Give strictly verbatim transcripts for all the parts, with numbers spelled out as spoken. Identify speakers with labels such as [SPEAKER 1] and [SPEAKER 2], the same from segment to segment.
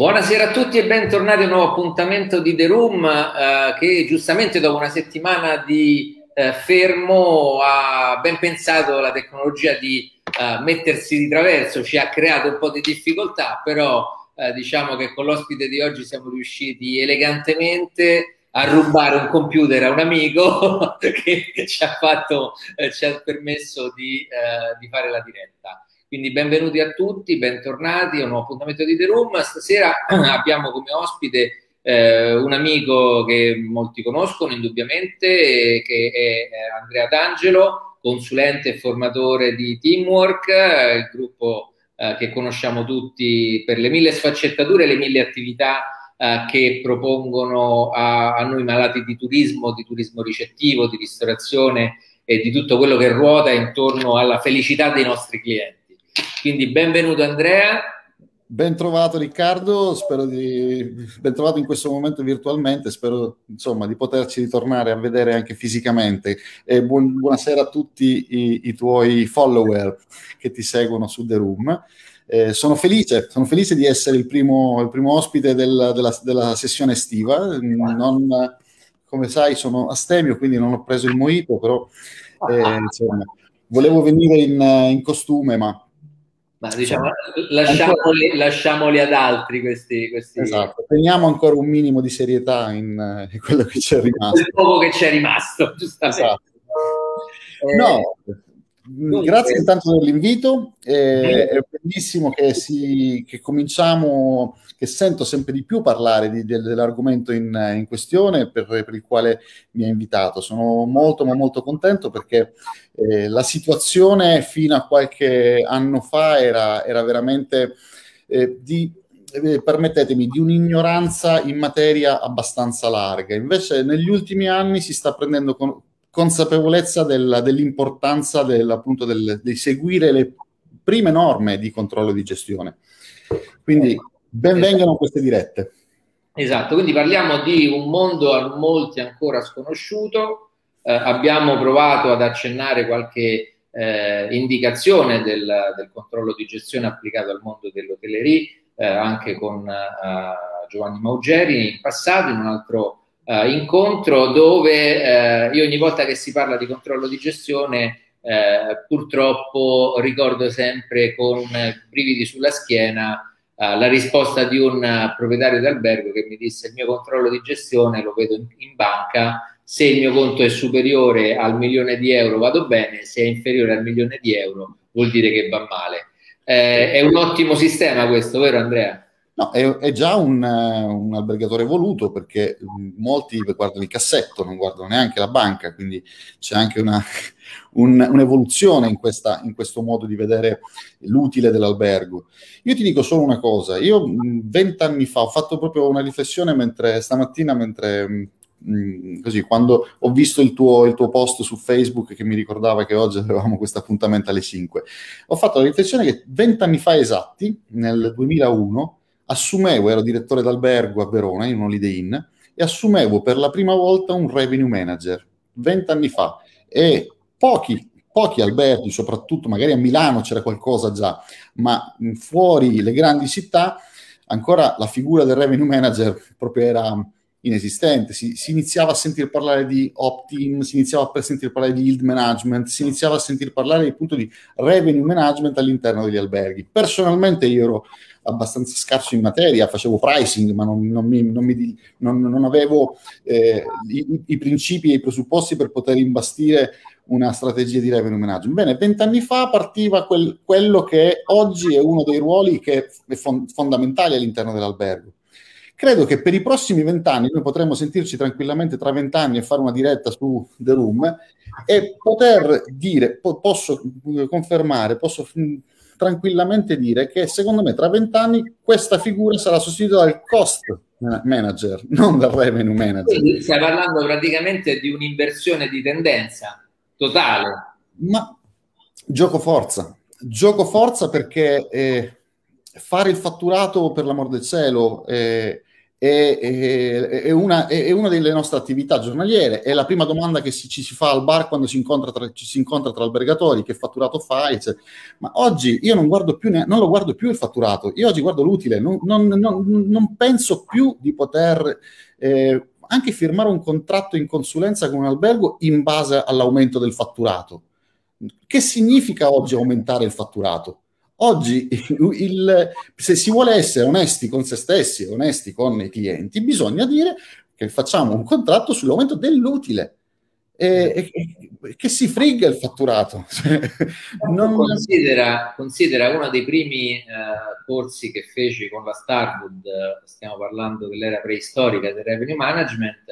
[SPEAKER 1] Buonasera a tutti e bentornati a un nuovo appuntamento di The Room eh, che giustamente dopo una settimana di eh, fermo ha ben pensato la tecnologia di eh, mettersi di traverso, ci ha creato un po' di difficoltà, però eh, diciamo che con l'ospite di oggi siamo riusciti elegantemente a rubare un computer a un amico che ci ha, fatto, eh, ci ha permesso di, eh, di fare la diretta. Quindi benvenuti a tutti, bentornati a un nuovo appuntamento di The Room. Stasera abbiamo come ospite eh, un amico che molti conoscono indubbiamente, che è Andrea D'Angelo, consulente e formatore di Teamwork, eh, il gruppo eh, che conosciamo tutti per le mille sfaccettature e le mille attività eh, che propongono a, a noi malati di turismo, di turismo ricettivo, di ristorazione e di tutto quello che ruota intorno alla felicità dei nostri clienti. Quindi benvenuto Andrea.
[SPEAKER 2] Ben trovato Riccardo, spero di ben trovato in questo momento virtualmente, spero insomma di poterci ritornare a vedere anche fisicamente. E buon, buonasera a tutti i, i tuoi follower che ti seguono su The Room. Eh, sono felice, sono felice di essere il primo, il primo ospite del, della, della sessione estiva. Non, come sai, sono astemio, quindi non ho preso il mojito, però eh, insomma, volevo venire in, in costume, ma
[SPEAKER 1] Ma diciamo, lasciamoli, lasciamoli ad altri questi, questi...
[SPEAKER 2] Esatto, teniamo ancora un minimo di serietà in, in quello che c'è rimasto.
[SPEAKER 1] Il poco che c'è rimasto, giustamente.
[SPEAKER 2] Esatto.
[SPEAKER 1] Eh,
[SPEAKER 2] No,
[SPEAKER 1] dunque,
[SPEAKER 2] grazie intanto dell'invito, eh, è bellissimo che, si, che cominciamo, che sento sempre di più parlare di, dell'argomento in, in questione per, per il quale mi ha invitato. Sono molto ma molto contento perché eh, la situazione fino a qualche anno fa era, era veramente eh, di, eh, permettetemi, di un'ignoranza in materia abbastanza larga. Invece negli ultimi anni si sta prendendo con, consapevolezza del, dell'importanza del, appunto del, di seguire le prime norme di controllo e di gestione. Quindi benvengano queste dirette.
[SPEAKER 1] Esatto, quindi parliamo di un mondo a molti ancora sconosciuto. Eh, abbiamo provato ad accennare qualche eh, indicazione del, del controllo di gestione applicato al mondo dell'hotellerie, eh, anche con eh, Giovanni Maugeri in passato, in un altro Uh, incontro dove uh, io ogni volta che si parla di controllo di gestione uh, purtroppo ricordo sempre con brividi sulla schiena uh, la risposta di un uh, proprietario d'albergo che mi disse: il mio controllo di gestione lo vedo in, in banca, se il mio conto è superiore al milione di euro vado bene, se è inferiore al milione di euro vuol dire che va male. Eh, è un ottimo sistema questo, vero Andrea?
[SPEAKER 2] No, è, è già un, un albergatore evoluto perché molti guardano il cassetto, non guardano neanche la banca, quindi c'è anche una, un, un'evoluzione in, questa, in questo modo di vedere l'utile dell'albergo. Io ti dico solo una cosa, io vent'anni fa ho fatto proprio una riflessione mentre stamattina, mentre mh, così, quando ho visto il tuo, il tuo post su Facebook che mi ricordava che oggi avevamo questo appuntamento alle cinque, ho fatto la riflessione che vent'anni fa esatti, nel duemilauno, assumevo, ero direttore d'albergo a Verona, in un Holiday Inn, e assumevo per la prima volta un revenue manager, vent'anni fa, e pochi, pochi alberghi, soprattutto magari a Milano c'era qualcosa già, ma fuori le grandi città ancora la figura del revenue manager proprio era inesistente, si, si iniziava a sentir parlare di opt-in, si iniziava a sentir parlare di yield management, si iniziava a sentir parlare appunto di revenue management all'interno degli alberghi. Personalmente io ero abbastanza scarso in materia, facevo pricing, ma non, non, mi, non, mi, non, non avevo eh, i, i principi e i presupposti per poter imbastire una strategia di revenue management. Bene, vent'anni fa partiva quel, quello che oggi è uno dei ruoli che è fon- fondamentale all'interno dell'albergo. Credo che per i prossimi vent'anni noi potremmo sentirci tranquillamente tra vent'anni e fare una diretta su The Room e poter dire, po- posso confermare, posso tranquillamente dire che secondo me tra vent'anni questa figura sarà sostituita dal cost manager, non dal revenue manager.
[SPEAKER 1] Quindi stai parlando praticamente di un'inversione di tendenza totale.
[SPEAKER 2] Ma gioco forza, gioco forza perché eh, fare il fatturato, per l'amor del cielo, eh, è, è, è, una, è una delle nostre attività giornaliere, è la prima domanda che si, ci si fa al bar quando si incontra tra, ci si incontra tra albergatori: che fatturato fai? Cioè, ma oggi io non guardo più, non lo guardo più il fatturato, io oggi guardo l'utile, non, non, non, non penso più di poter eh, anche firmare un contratto in consulenza con un albergo in base all'aumento del fatturato. Che significa oggi aumentare il fatturato? Oggi, il, se si vuole essere onesti con se stessi e onesti con i clienti, bisogna dire che facciamo un contratto sull'aumento dell'utile e, e che si frigga il fatturato.
[SPEAKER 1] Non... Considera, considera uno dei primi eh, corsi che feci con la Starwood, eh, stiamo parlando dell'era preistorica del revenue management,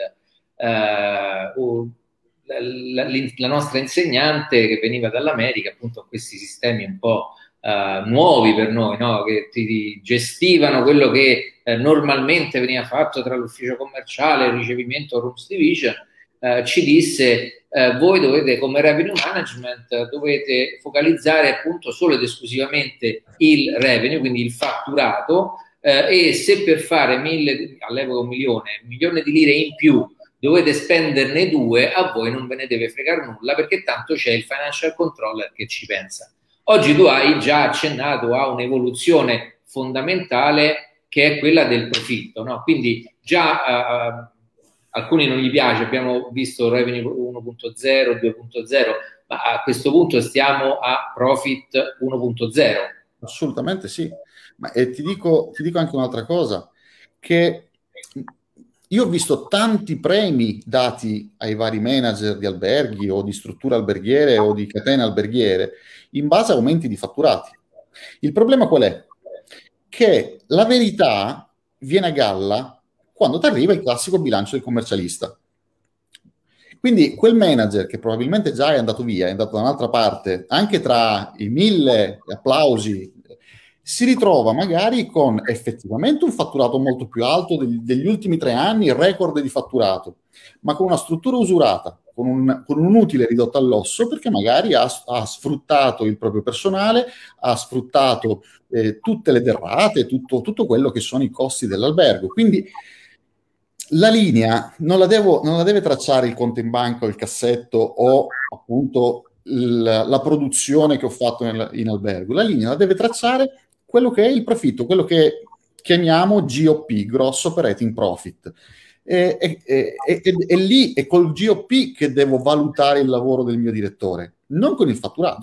[SPEAKER 1] eh, uh, la, la, la nostra insegnante che veniva dall'America, appunto, questi sistemi un po' Uh, nuovi per noi, no? Che ti gestivano quello che eh, normalmente veniva fatto tra l'ufficio commerciale, il ricevimento, rooms division, uh, ci disse uh, voi dovete, come revenue management, dovete focalizzare appunto solo ed esclusivamente il revenue, quindi il fatturato, uh, e se per fare mille, all'epoca un milione, un milione di lire in più dovete spenderne due, a voi non ve ne deve fregare nulla, perché tanto c'è il financial controller che ci pensa. Oggi tu hai già accennato a un'evoluzione fondamentale che è quella del profitto, no? Quindi già a alcuni non gli piace, abbiamo visto Revenue uno punto zero, due punto zero, ma a questo punto stiamo a Profit uno punto zero.
[SPEAKER 2] Assolutamente sì, ma e ti dico, ti dico anche un'altra cosa, che io ho visto tanti premi dati ai vari manager di alberghi o di strutture alberghiere o di catene alberghiere in base a aumenti di fatturati. Il problema qual è? Che la verità viene a galla quando ti arriva il classico bilancio del commercialista. Quindi quel manager che probabilmente già è andato via, è andato da un'altra parte, anche tra i mille applausi, si ritrova magari con effettivamente un fatturato molto più alto degli, degli ultimi tre anni, il record di fatturato, ma con una struttura usurata, con un, con un utile ridotto all'osso, perché magari ha, ha sfruttato il proprio personale, ha sfruttato eh, tutte le derrate, tutto, tutto quello che sono i costi dell'albergo. Quindi la linea non la, devo, non la deve tracciare il conto in banca o il cassetto o appunto il, la produzione che ho fatto nel, in albergo. La linea la deve tracciare quello che è il profitto, quello che chiamiamo G O P, Gross Operating Profit. E, e, e, e, e lì è col G O P che devo valutare il lavoro del mio direttore, non con il fatturato.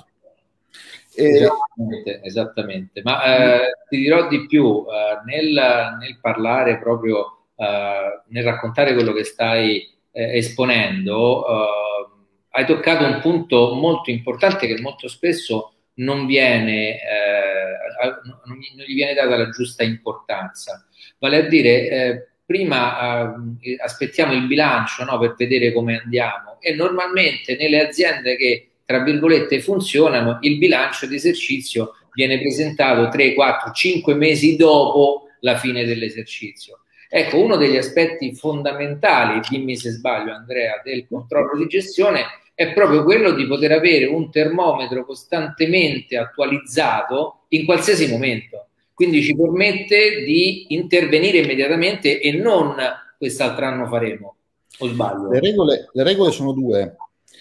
[SPEAKER 1] Esattamente, esattamente. Ma eh, ti dirò di più, eh, nel, nel parlare proprio, eh, nel raccontare quello che stai eh, esponendo, eh, hai toccato un punto molto importante che molto spesso non viene, eh, non gli viene data la giusta importanza. Vale a dire, eh, prima eh, aspettiamo il bilancio, no, per vedere come andiamo, e normalmente nelle aziende che tra virgolette funzionano, il bilancio di esercizio viene presentato tre, quattro, cinque mesi dopo la fine dell'esercizio. Ecco, uno degli aspetti fondamentali, dimmi se sbaglio Andrea, del controllo di gestione è proprio quello di poter avere un termometro costantemente attualizzato in qualsiasi momento. Quindi ci permette di intervenire immediatamente e non quest'altro anno faremo, o sbaglio?
[SPEAKER 2] Le regole, le regole sono due.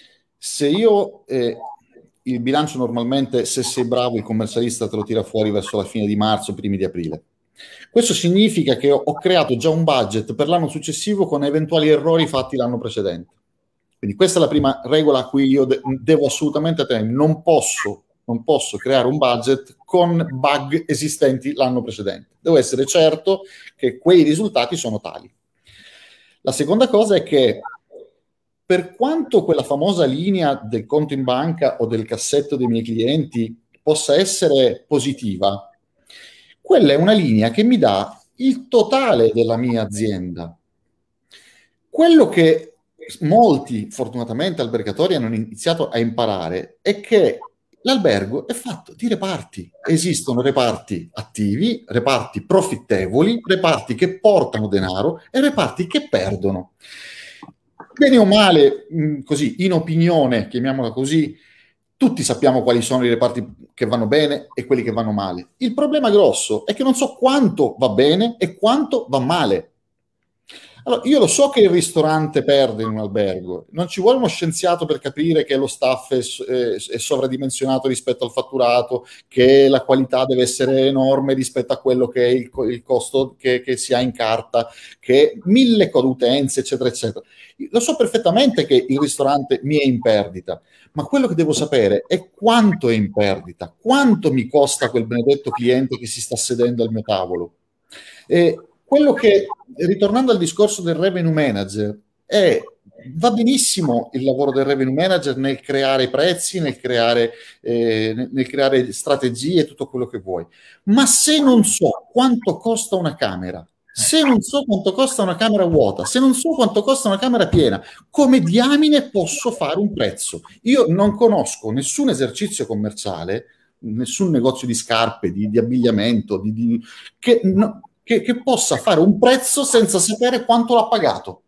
[SPEAKER 2] Se io eh, il bilancio normalmente, se sei bravo, il commercialista te lo tira fuori verso la fine di marzo, primi di aprile. Questo significa che ho, ho creato già un budget per l'anno successivo con eventuali errori fatti l'anno precedente. Quindi questa è la prima regola a cui io de- devo assolutamente tenere. Non posso, non posso creare un budget con bug esistenti l'anno precedente. Devo essere certo che quei risultati sono tali. La seconda cosa è che per quanto quella famosa linea del conto in banca o del cassetto dei miei clienti possa essere positiva, quella è una linea che mi dà il totale della mia azienda. Quello che molti, fortunatamente, albergatori hanno iniziato a imparare è che l'albergo è fatto di reparti. Esistono reparti attivi, reparti profittevoli, reparti che portano denaro e reparti che perdono. Bene o male, mh, così, in opinione, chiamiamola così, tutti sappiamo quali sono i reparti che vanno bene e quelli che vanno male. Il problema grosso è che non so quanto va bene e quanto va male. Allora, io lo so che il ristorante perde in un albergo, non ci vuole uno scienziato per capire che lo staff è, è, è sovradimensionato rispetto al fatturato, che la qualità deve essere enorme rispetto a quello che è il, il costo che, che si ha in carta, che mille utenze, eccetera, eccetera. Lo so perfettamente che il ristorante mi è in perdita, ma quello che devo sapere è quanto è in perdita, quanto mi costa quel benedetto cliente che si sta sedendo al mio tavolo. E quello che, ritornando al discorso del revenue manager, è, va benissimo il lavoro del revenue manager nel creare prezzi, nel creare, eh, nel creare strategie, tutto quello che vuoi. Ma se non so quanto costa una camera, se non so quanto costa una camera vuota, se non so quanto costa una camera piena, come diamine posso fare un prezzo? Io non conosco nessun esercizio commerciale, nessun negozio di scarpe, di, di abbigliamento, di, di, che... No, Che, che possa fare un prezzo senza sapere quanto l'ha pagato.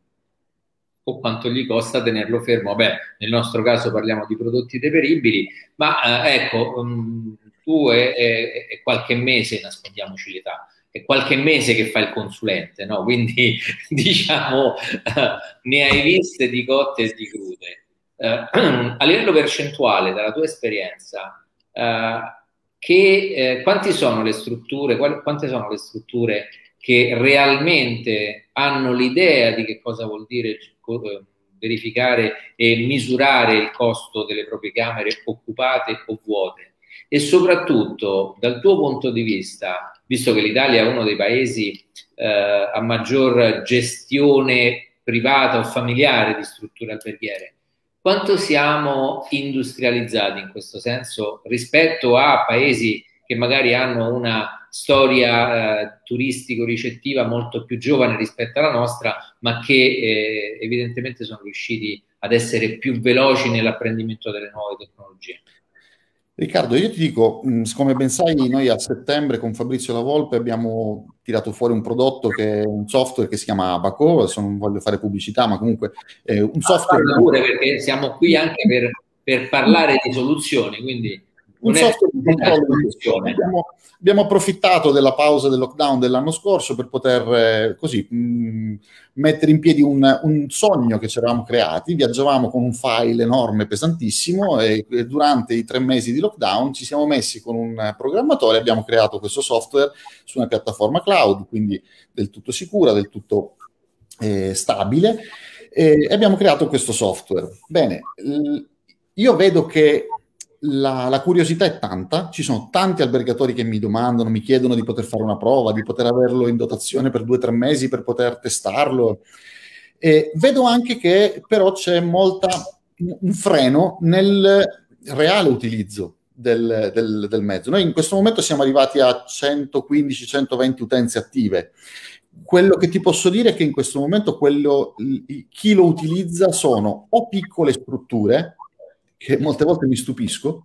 [SPEAKER 1] O quanto gli costa tenerlo fermo. Beh, nel nostro caso parliamo di prodotti deperibili, ma eh, ecco, um, tu è, è, è qualche mese, nascondiamoci l'età, è qualche mese che fa il consulente, no? Quindi diciamo uh, ne hai viste di cotte e di crude. Uh, a livello percentuale, dalla tua esperienza, uh, che, eh, quanti sono le strutture, quali, quante sono le strutture che realmente hanno l'idea di che cosa vuol dire eh, verificare e misurare il costo delle proprie camere occupate o vuote? E soprattutto, dal tuo punto di vista, visto che l'Italia è uno dei paesi eh, a maggior gestione privata o familiare di strutture alberghiere, quanto siamo industrializzati in questo senso rispetto a paesi che magari hanno una storia eh, turistico-ricettiva molto più giovane rispetto alla nostra, ma che eh, evidentemente sono riusciti ad essere più veloci nell'apprendimento delle nuove tecnologie?
[SPEAKER 2] Riccardo, io ti dico, come ben sai, noi a settembre con Fabrizio La Volpe abbiamo tirato fuori un prodotto che è un software che si chiama Abaco, adesso non voglio fare pubblicità, ma comunque è un software...
[SPEAKER 1] Ah, pure, perché siamo qui anche per, per parlare di soluzioni, quindi...
[SPEAKER 2] Un software di controllo. Abbiamo, abbiamo approfittato della pausa del lockdown dell'anno scorso per poter eh, così mh, mettere in piedi un, un sogno che ci eravamo creati. Viaggiavamo con un file enorme, pesantissimo, e, e durante i tre mesi di lockdown ci siamo messi con un programmatore e abbiamo creato questo software su una piattaforma cloud, quindi del tutto sicura, del tutto eh, stabile, e abbiamo creato questo software. Bene, l- io vedo che La, la curiosità è tanta, ci sono tanti albergatori che mi domandano, mi chiedono di poter fare una prova, di poter averlo in dotazione per due o tre mesi per poter testarlo. E vedo anche che però c'è molta, un freno nel reale utilizzo del, del, del mezzo. Noi in questo momento siamo arrivati a centoquindici centoventi utenze attive. Quello che ti posso dire è che in questo momento quello, chi lo utilizza sono o piccole strutture, che molte volte mi stupisco,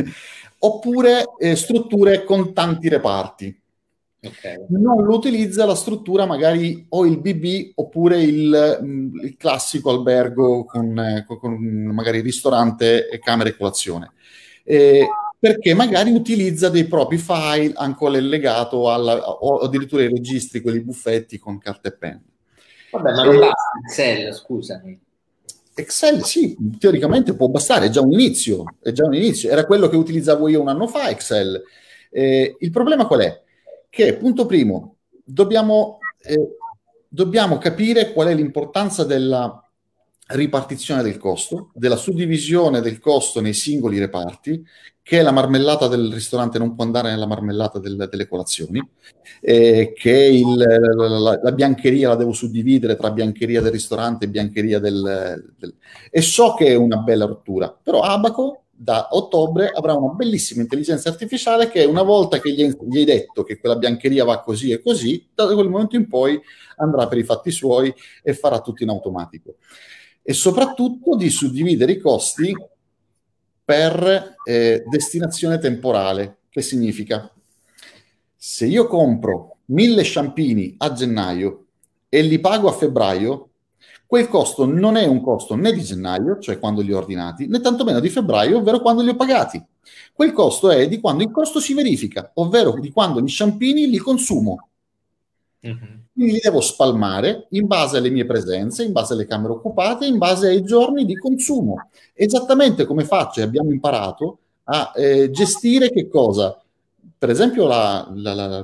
[SPEAKER 2] oppure eh, strutture con tanti reparti. Okay. Non lo utilizza la struttura magari o il B B oppure il, mh, il classico albergo con, eh, con magari ristorante e camere e colazione. Eh, perché magari utilizza dei propri file ancora legato alla, o addirittura i registri, quelli buffetti con carta e penna.
[SPEAKER 1] Vabbè, ma non e, basta Excel, scusami.
[SPEAKER 2] Excel sì, teoricamente può bastare, è già un inizio, è già un inizio. Era quello che utilizzavo io un anno fa, Excel. Eh, il problema qual è? Che, punto primo, dobbiamo, eh, dobbiamo capire qual è l'importanza della ripartizione del costo, della suddivisione del costo nei singoli reparti, che la marmellata del ristorante non può andare nella marmellata del, delle colazioni, eh, che il, la, la biancheria la devo suddividere tra biancheria del ristorante e biancheria del, del... E so che è una bella rottura, però Abaco da ottobre avrà una bellissima intelligenza artificiale che una volta che gli hai, gli hai detto che quella biancheria va così e così, da quel momento in poi andrà per i fatti suoi e farà tutto in automatico. E soprattutto di suddividere i costi per eh, destinazione temporale. Che significa? Se io compro mille sciampini a gennaio e li pago a febbraio, quel costo non è un costo né di gennaio, cioè quando li ho ordinati, né tantomeno di febbraio, ovvero quando li ho pagati. Quel costo è di quando il costo si verifica, ovvero di quando gli sciampini li consumo. Mm-hmm. quindi li devo spalmare in base alle mie presenze, in base alle camere occupate, in base ai giorni di consumo. Esattamente come faccio e abbiamo imparato a eh, gestire che cosa? Per esempio la, la, la,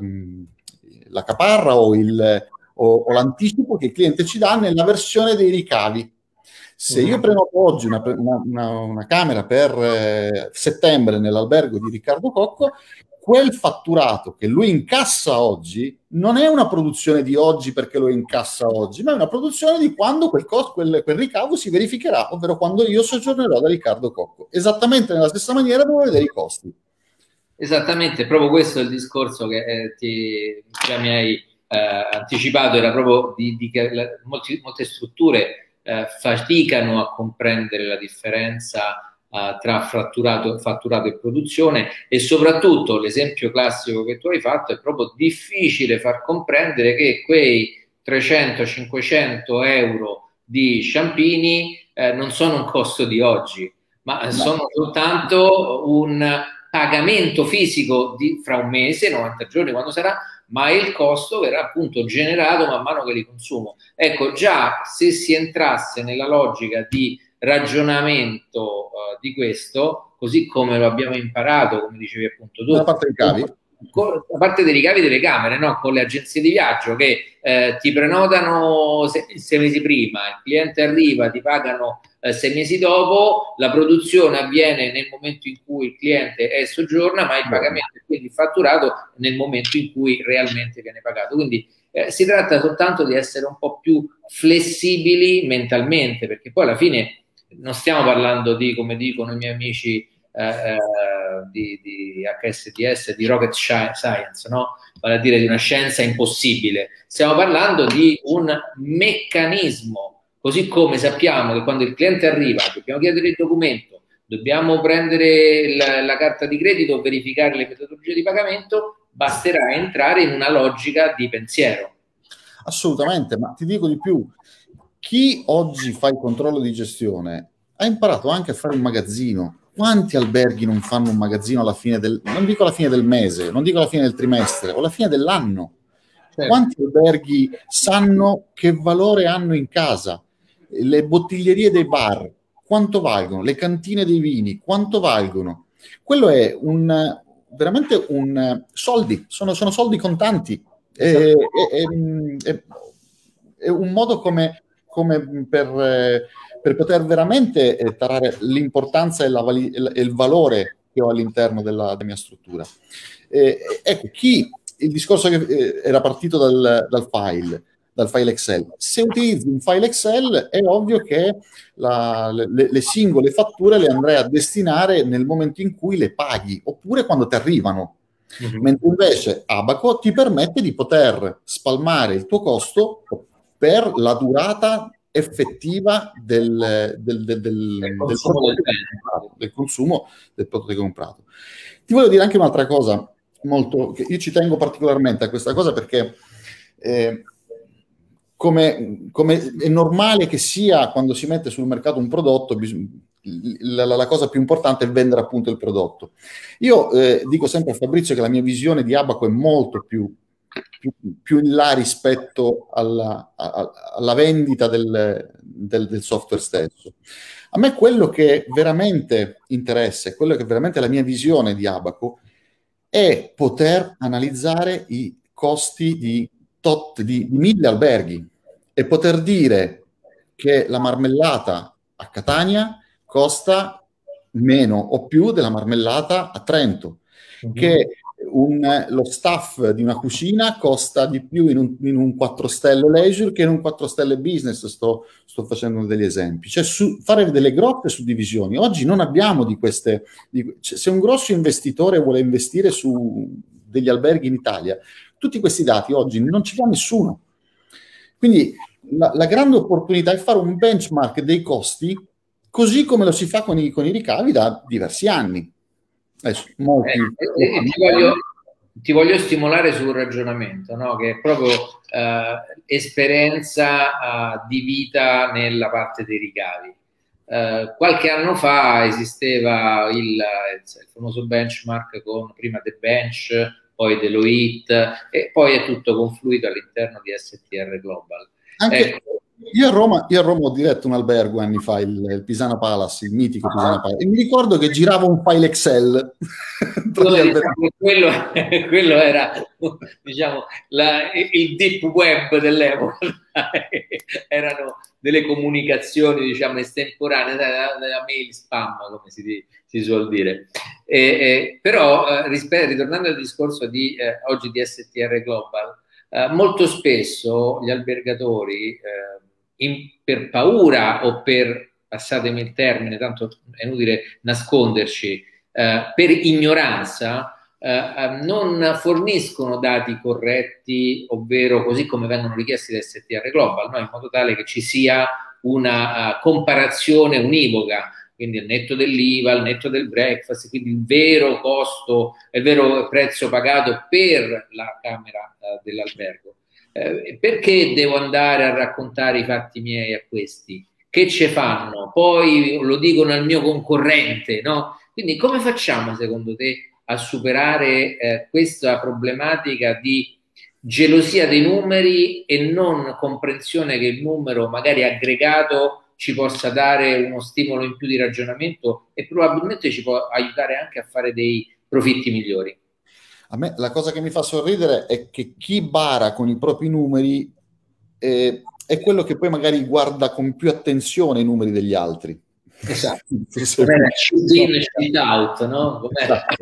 [SPEAKER 2] la caparra o, il, o, o l'anticipo che il cliente ci dà nella versione dei ricavi. Se io prenoto oggi una, una, una camera per eh, settembre nell'albergo di Riccardo Cocco, quel fatturato che lui incassa oggi non è una produzione di oggi perché lo incassa oggi, ma è una produzione di quando quel, costo, quel, quel ricavo si verificherà, ovvero quando io soggiornerò da Riccardo Cocco. Esattamente nella stessa maniera devo vedere i costi.
[SPEAKER 1] Esattamente, proprio questo è il discorso che eh, ti, già mi hai eh, anticipato, era proprio di, di che la, molti, molte strutture eh, faticano a comprendere la differenza Uh, tra fatturato, fatturato e produzione, e soprattutto l'esempio classico che tu hai fatto è proprio difficile far comprendere che quei trecento cinquecento euro di sciampini eh, non sono un costo di oggi, ma no. sono soltanto un pagamento fisico di, fra un mese, novanta giorni, quando sarà, ma il costo verrà appunto generato man mano che li consumo. Ecco, già se si entrasse nella logica di ragionamento uh, di questo, così come lo abbiamo imparato, come dicevi appunto tu,
[SPEAKER 2] la parte dei ricavi,
[SPEAKER 1] con, la parte dei ricavi delle camere, no? Con le agenzie di viaggio che eh, ti prenotano sei, sei mesi prima, il cliente arriva, ti pagano eh, sei mesi dopo, la produzione avviene nel momento in cui il cliente è soggiorna, ma il pagamento, quindi il fatturato, nel momento in cui realmente viene pagato. Quindi eh, si tratta soltanto di essere un po' più flessibili mentalmente, perché poi alla fine non stiamo parlando di, come dicono i miei amici eh, eh, di, di H S D S, di rocket science, no? Vale a dire di una scienza impossibile. Stiamo parlando di un meccanismo, così come sappiamo che quando il cliente arriva dobbiamo chiedere il documento, dobbiamo prendere la, la carta di credito, verificare le metodologie di pagamento, basterà entrare in una logica di pensiero.
[SPEAKER 2] Assolutamente, ma ti dico di più. Chi oggi fa il controllo di gestione ha imparato anche a fare un magazzino. Quanti alberghi non fanno un magazzino alla fine del, non dico alla fine del mese, non dico alla fine del trimestre, o alla fine dell'anno? Certo. Quanti alberghi sanno che valore hanno in casa? Le bottiglierie dei bar, quanto valgono? Le cantine dei vini, quanto valgono? Quello è un, veramente un, soldi, sono, sono soldi contanti. È, è, è, è un modo come, come per, per poter veramente tarare l'importanza e, la, e il valore che ho all'interno della, della mia struttura. Eh, ecco, chi il discorso che era partito dal, dal file, dal file Excel. Se utilizzi un file Excel è ovvio che la, le, le singole fatture le andrai a destinare nel momento in cui le paghi, oppure quando ti arrivano. Mm-hmm. Mentre invece Abaco ti permette di poter spalmare il tuo costo per la durata effettiva del, del, del, del, del, consumo, del, comprato, del consumo del prodotto che hai comprato. Ti voglio dire anche un'altra cosa, molto, che io ci tengo particolarmente a questa cosa perché eh, come, come è normale che sia quando si mette sul mercato un prodotto, La, la, la cosa più importante è vendere appunto il prodotto. Io eh, dico sempre a Fabrizio che la mia visione di Abaco è molto più, più, più in là rispetto alla, a, alla vendita del, del, del software stesso. A me quello che veramente interessa, quello che veramente è la mia visione di Abaco, è poter analizzare i costi di, tot, di, di mille alberghi e poter dire che la marmellata a Catania costa meno o più della marmellata a Trento, uh-huh. che un, lo staff di una cucina costa di più in un, in un quattro stelle leisure che in un quattro stelle business. Sto, sto facendo degli esempi, cioè su, fare delle grosse suddivisioni. Oggi non abbiamo di queste, di, cioè, se un grosso investitore vuole investire su degli alberghi in Italia, tutti questi dati oggi non ci fa nessuno. Quindi la, la grande opportunità è fare un benchmark dei costi così come lo si fa con i, con i ricavi da diversi anni. Adesso, molti,
[SPEAKER 1] eh, eh, ti, voglio, ti voglio stimolare sul ragionamento, no? Che è proprio eh, esperienza eh, di vita nella parte dei ricavi. Eh, qualche anno fa esisteva il, il famoso benchmark con prima The Bench, poi Deloitte, e poi è tutto confluito all'interno di S T R Global.
[SPEAKER 2] Anche
[SPEAKER 1] Ecco.
[SPEAKER 2] io, a Roma, io a Roma ho diretto un albergo anni fa, il, il Pisana Palace, il mitico Pisana Palace, e mi ricordo che girava un file Excel tra gli
[SPEAKER 1] Diciamo, quello, quello era, diciamo, la, il deep web dell'epoca. Erano delle comunicazioni, diciamo, estemporanee, della mail spam, come si, si suol dire. E, e, però, eh, rispetto, ritornando al discorso di eh, oggi di S T R Global, eh, molto spesso gli albergatori, eh, in, per paura o per, passatemi il termine, tanto è inutile nasconderci, eh, per ignoranza, eh, non forniscono dati corretti, ovvero così come vengono richiesti da S T R Global, no? In modo tale che ci sia una uh, comparazione univoca, quindi il netto dell'I V A, il netto del breakfast, quindi il vero costo, il vero prezzo pagato per la camera uh, dell'albergo. Eh, perché devo andare a raccontare i fatti miei a questi? Che ce fanno? Poi lo dicono al mio concorrente, no? Quindi come facciamo secondo te a superare eh, questa problematica di gelosia dei numeri e non comprensione che il numero magari aggregato ci possa dare uno stimolo in più di ragionamento e probabilmente ci può aiutare anche a fare dei profitti migliori?
[SPEAKER 2] A me la cosa che mi fa sorridere è che chi bara con i propri numeri eh, è quello che poi magari guarda con più attenzione i numeri degli altri.
[SPEAKER 1] Esatto. Come cheat in, cheat out, no?
[SPEAKER 2] Esatto.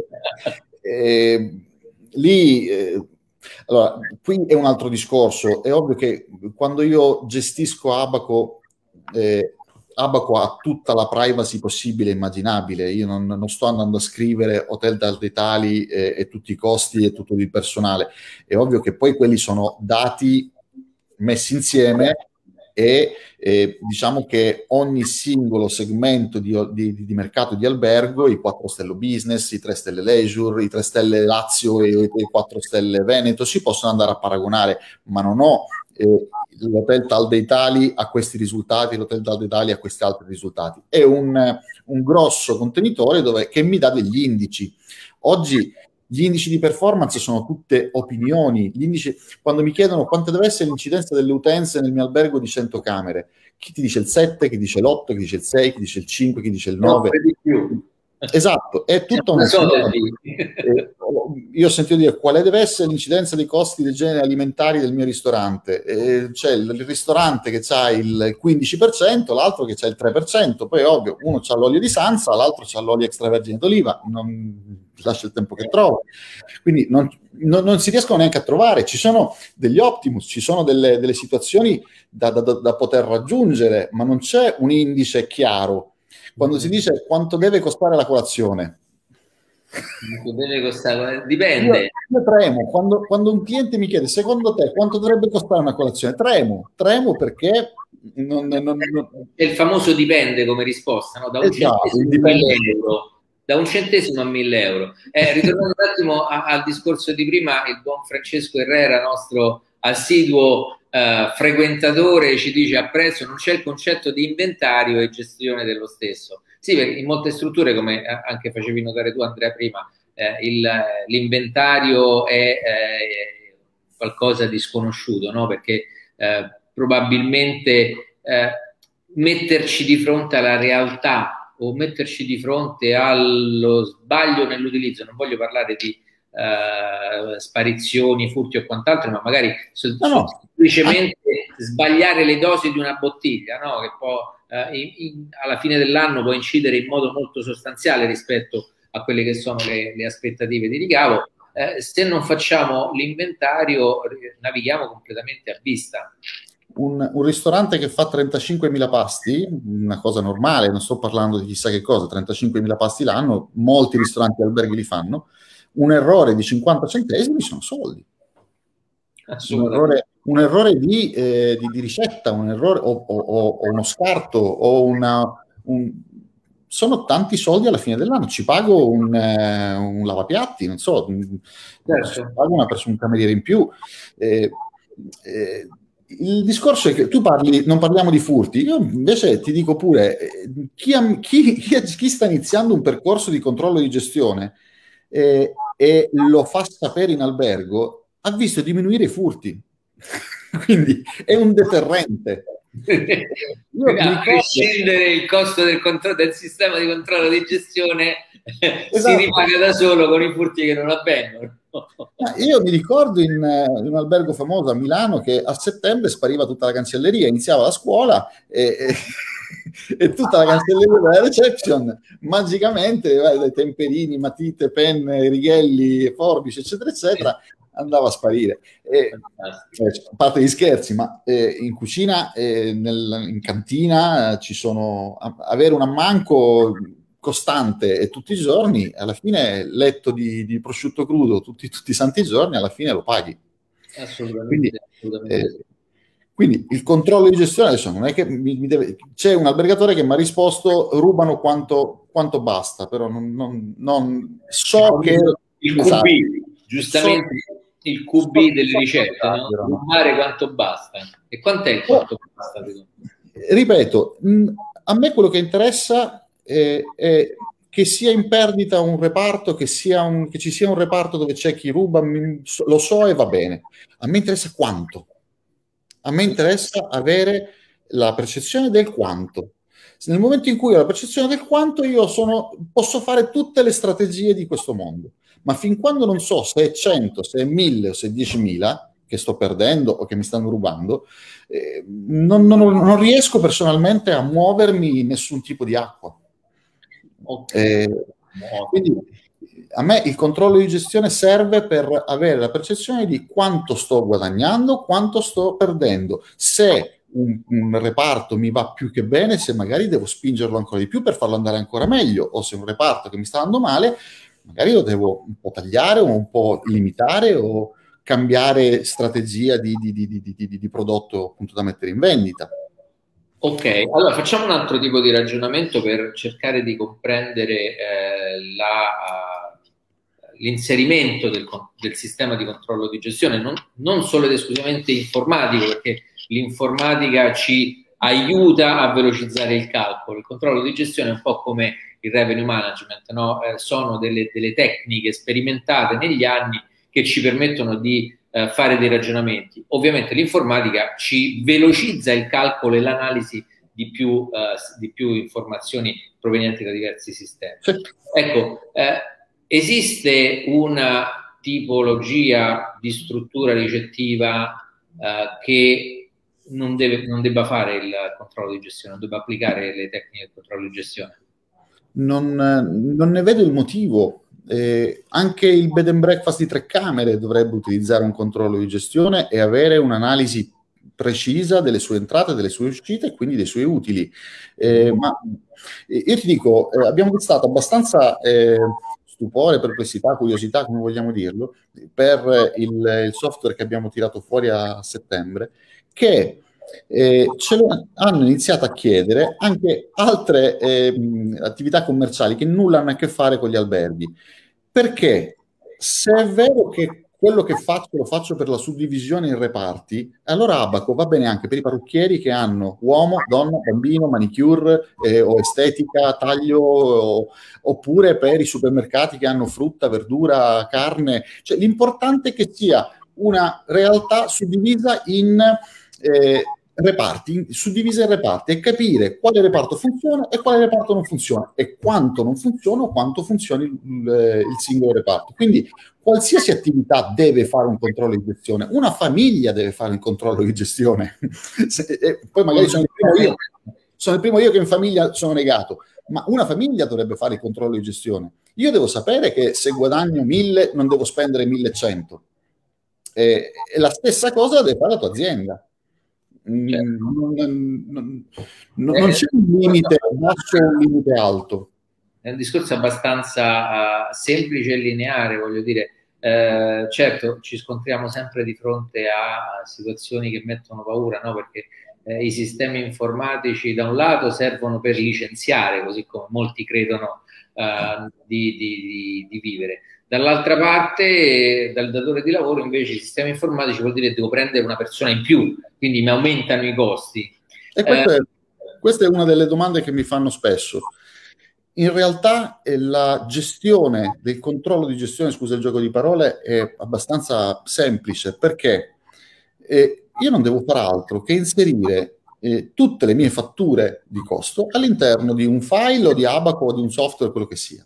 [SPEAKER 2] Eh, lì, eh, allora, qui è un altro discorso. È ovvio che quando io gestisco Abaco, eh, Abaco ha tutta la privacy possibile e immaginabile. Io non, non sto andando a scrivere hotel dal detali e, e tutti i costi e tutto il personale. È ovvio che poi quelli sono dati messi insieme e eh, diciamo che ogni singolo segmento di, di, di mercato di albergo, i quattro stelle business, i tre stelle leisure, i tre stelle Lazio e i quattro stelle Veneto si possono andare a paragonare, ma non ho eh, l'hotel tal dei tali a questi risultati, l'hotel tal dei tali a questi altri risultati. È un, un grosso contenitore dove, che mi dà degli indici. Oggi gli indici di performance sono tutte opinioni. Gli indici, quando mi chiedono quanto deve essere l'incidenza delle utenze nel mio albergo di cento camere, chi ti dice il sette, chi dice l'otto, chi dice il sei, chi dice il cinque, chi dice il nove.
[SPEAKER 1] No, di più.
[SPEAKER 2] Esatto, è tutta una eh, io ho sentito dire quale deve essere l'incidenza dei costi del genere alimentari del mio ristorante. Eh, c'è il, il ristorante che ha il quindici per cento, l'altro che ha il tre per cento, poi ovvio uno c'ha l'olio di Sansa, l'altro c'ha l'olio extravergine d'oliva, non lascia il tempo che trova, quindi non, non, non si riescono neanche a trovare. Ci sono degli optimus, ci sono delle, delle situazioni da, da, da poter raggiungere, ma non c'è un indice chiaro. Quando si dice quanto deve costare la colazione,
[SPEAKER 1] deve costare, dipende.
[SPEAKER 2] Io, io tremo quando, quando un cliente mi chiede secondo te quanto dovrebbe costare una colazione, tremo, tremo perché non, non, non...
[SPEAKER 1] è il famoso dipende come risposta, no? Da un
[SPEAKER 2] esatto,
[SPEAKER 1] centesimo a mille euro. Da un centesimo a mille euro. Eh, ritornando un attimo a, al discorso di prima, il buon Francesco Herrera, nostro assiduo Uh, frequentatore, ci dice apprezzo, non c'è il concetto di inventario e gestione dello stesso. Sì, perché in molte strutture, come anche facevi notare tu Andrea prima, eh, l'inventario è eh, qualcosa di sconosciuto, no? Perché eh, probabilmente eh, metterci di fronte alla realtà o metterci di fronte allo sbaglio nell'utilizzo, non voglio parlare di Uh, sparizioni, furti o quant'altro, ma magari no, no. semplicemente sbagliare le dosi di una bottiglia, no? Che può uh, in, in, alla fine dell'anno può incidere in modo molto sostanziale rispetto a quelle che sono le, le aspettative di ricavo. Uh, se non facciamo l'inventario navighiamo completamente a vista.
[SPEAKER 2] Un, un ristorante che fa trentacinquemila pasti, una cosa normale, non sto parlando di chissà che cosa, trentacinquemila pasti l'anno, molti ristoranti e alberghi li fanno. Un errore di cinquanta centesimi sono soldi. Un errore, un errore di, eh, di, di ricetta, un errore o, o, o uno scarto o una, un, sono tanti soldi alla fine dell'anno. Ci pago un, eh, un lavapiatti, non so, certo. Pago una persona, un cameriere in più. Eh, eh, il discorso è che tu parli, non parliamo di furti, io invece ti dico pure, chi, chi, chi sta iniziando un percorso di controllo di gestione, Eh, e lo fa sapere in albergo, ha visto diminuire i furti. Quindi è un deterrente.
[SPEAKER 1] Io a ricordo... prescindere il costo del, del sistema di controllo di gestione, esatto, si ripaga da solo con i furti che non avvengono.
[SPEAKER 2] Io mi ricordo in, in un albergo famoso a Milano che a settembre spariva tutta la cancelleria, iniziava la scuola e, e, e tutta la cancelleria della reception magicamente, dai temperini, matite, penne, righelli, forbici, eccetera, eccetera, andava a sparire. E, a parte gli scherzi, ma eh, in cucina, eh, nel, in cantina, eh, ci sono, avere un ammanco costante e tutti i giorni, alla fine letto di, di prosciutto crudo tutti, tutti i santi giorni, alla fine lo paghi.
[SPEAKER 1] Assolutamente.
[SPEAKER 2] Quindi,
[SPEAKER 1] assolutamente.
[SPEAKER 2] Eh, quindi il controllo di gestione, adesso non è che mi, mi deve, c'è un albergatore che mi ha risposto rubano quanto, quanto basta, però non, non, non so che
[SPEAKER 1] il Q B, giustamente so, il Q B so, delle so ricette, no? Rubare quanto basta. E quant'è il quanto oh, basta?
[SPEAKER 2] Ripeto, a me quello che interessa è, è che sia in perdita un reparto, che, sia un, che ci sia un reparto dove c'è chi ruba, lo so e va bene. A me interessa quanto. A me interessa avere la percezione del quanto. Nel momento in cui ho la percezione del quanto, io sono, posso fare tutte le strategie di questo mondo. Ma fin quando non so se è cento, se è mille o se è diecimila che sto perdendo o che mi stanno rubando, eh, non, non, non riesco personalmente a muovermi in nessun tipo di acqua. Okay. Eh, quindi a me il controllo di gestione serve per avere la percezione di quanto sto guadagnando, quanto sto perdendo, se un, un reparto mi va più che bene, se magari devo spingerlo ancora di più per farlo andare ancora meglio, o se un reparto che mi sta andando male, magari lo devo un po' tagliare o un po' limitare o cambiare strategia di, di, di, di, di, di prodotto appunto da mettere in vendita.
[SPEAKER 1] Ok, allora facciamo un altro tipo di ragionamento per cercare di comprendere eh, la, uh, l'inserimento del, del sistema di controllo di gestione, non, non solo ed esclusivamente informatico, perché l'informatica ci aiuta a velocizzare il calcolo. Il controllo di gestione è un po' come il revenue management, no? Eh, sono delle, delle tecniche sperimentate negli anni che ci permettono di Uh, fare dei ragionamenti. Ovviamente l'informatica ci velocizza il calcolo e l'analisi di più, uh, di più informazioni provenienti da diversi sistemi. Sì. Ecco, eh, esiste una tipologia di struttura ricettiva uh, che non, deve, non debba fare il controllo di gestione, non debba applicare le tecniche del controllo di gestione?
[SPEAKER 2] Non, non ne vedo il motivo. Eh, anche il bed and breakfast di tre camere dovrebbe utilizzare un controllo di gestione e avere un'analisi precisa delle sue entrate, delle sue uscite e quindi dei suoi utili. Eh, ma io ti dico, eh, abbiamo visto abbastanza eh, stupore, perplessità, curiosità, come vogliamo dirlo, per il, il software che abbiamo tirato fuori a settembre, che Eh, ce lo hanno iniziato a chiedere anche altre eh, attività commerciali che nulla hanno a che fare con gli alberghi, perché se è vero che quello che faccio lo faccio per la suddivisione in reparti, allora Abaco va bene anche per i parrucchieri che hanno uomo, donna, bambino, manicure eh, o estetica, taglio, o, oppure per i supermercati che hanno frutta, verdura, carne. Cioè, l'importante è che sia una realtà suddivisa in Eh, reparti, suddivise in reparti e capire quale reparto funziona e quale reparto non funziona e quanto non funziona o quanto funzioni il, il singolo reparto. Quindi qualsiasi attività deve fare un controllo di gestione, una famiglia deve fare un controllo di gestione. E poi magari sono il primo io, sono il primo io che in famiglia sono negato, ma una famiglia dovrebbe fare il controllo di gestione. Io devo sapere che se guadagno mille non devo spendere millecento. E, e la stessa cosa deve fare la tua azienda. Certo. Non, non, non, non c'è un limite basso o un limite alto.
[SPEAKER 1] È un discorso abbastanza uh, semplice e lineare, voglio dire. Uh, certo, ci scontriamo sempre di fronte a, a situazioni che mettono paura, no? Perché eh, i sistemi informatici da un lato servono per licenziare, così come molti credono uh, di, di, di, di vivere. Dall'altra parte, dal datore di lavoro, invece, i sistemi informatici vuol dire che devo prendere una persona in più, quindi mi aumentano i costi.
[SPEAKER 2] E questa, eh, è, questa è una delle domande che mi fanno spesso. in realtà eh, la gestione del controllo di gestione, scusa il gioco di parole, è abbastanza semplice, perché eh, io non devo fare altro che inserire eh, tutte le mie fatture di costo all'interno di un file o di Abaco o di un software, quello che sia.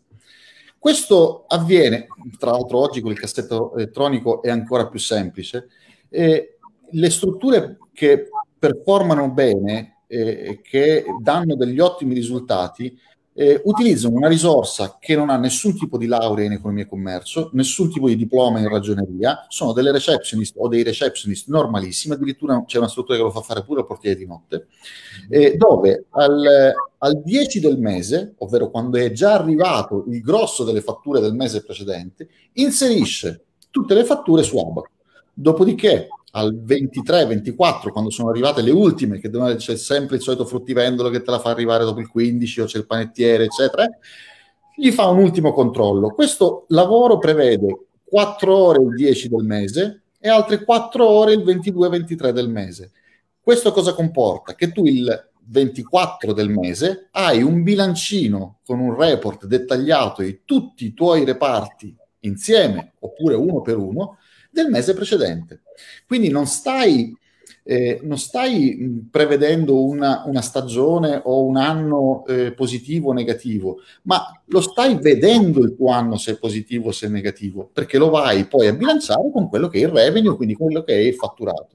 [SPEAKER 2] Questo avviene, tra l'altro oggi con il cassetto elettronico è ancora più semplice. Eh, le strutture che performano bene e eh, che danno degli ottimi risultati eh, utilizzano una risorsa che non ha nessun tipo di laurea in economia e commercio, nessun tipo di diploma in ragioneria, sono delle receptionist o dei receptionist normalissimi, addirittura c'è una struttura che lo fa fare pure al portiere di notte, eh, dove al, al dieci del mese, ovvero quando è già arrivato il grosso delle fatture del mese precedente, inserisce tutte le fatture su Abaco. Dopodiché al ventitré ventiquattro, quando sono arrivate le ultime, che c'è sempre il solito fruttivendolo che te la fa arrivare dopo il quindici, o c'è il panettiere, eccetera, gli fa un ultimo controllo. Questo lavoro prevede quattro ore il dieci del mese e altre quattro ore il ventidue ventitré del mese. Questo cosa comporta? Che tu il ventiquattro del mese hai un bilancino con un report dettagliato di tutti i tuoi reparti insieme, oppure uno per uno, del mese precedente. Quindi non stai, eh, non stai prevedendo una, una stagione o un anno eh, positivo o negativo, ma lo stai vedendo il tuo anno se è positivo o se è negativo, perché lo vai poi a bilanciare con quello che è il revenue, quindi quello che è il fatturato.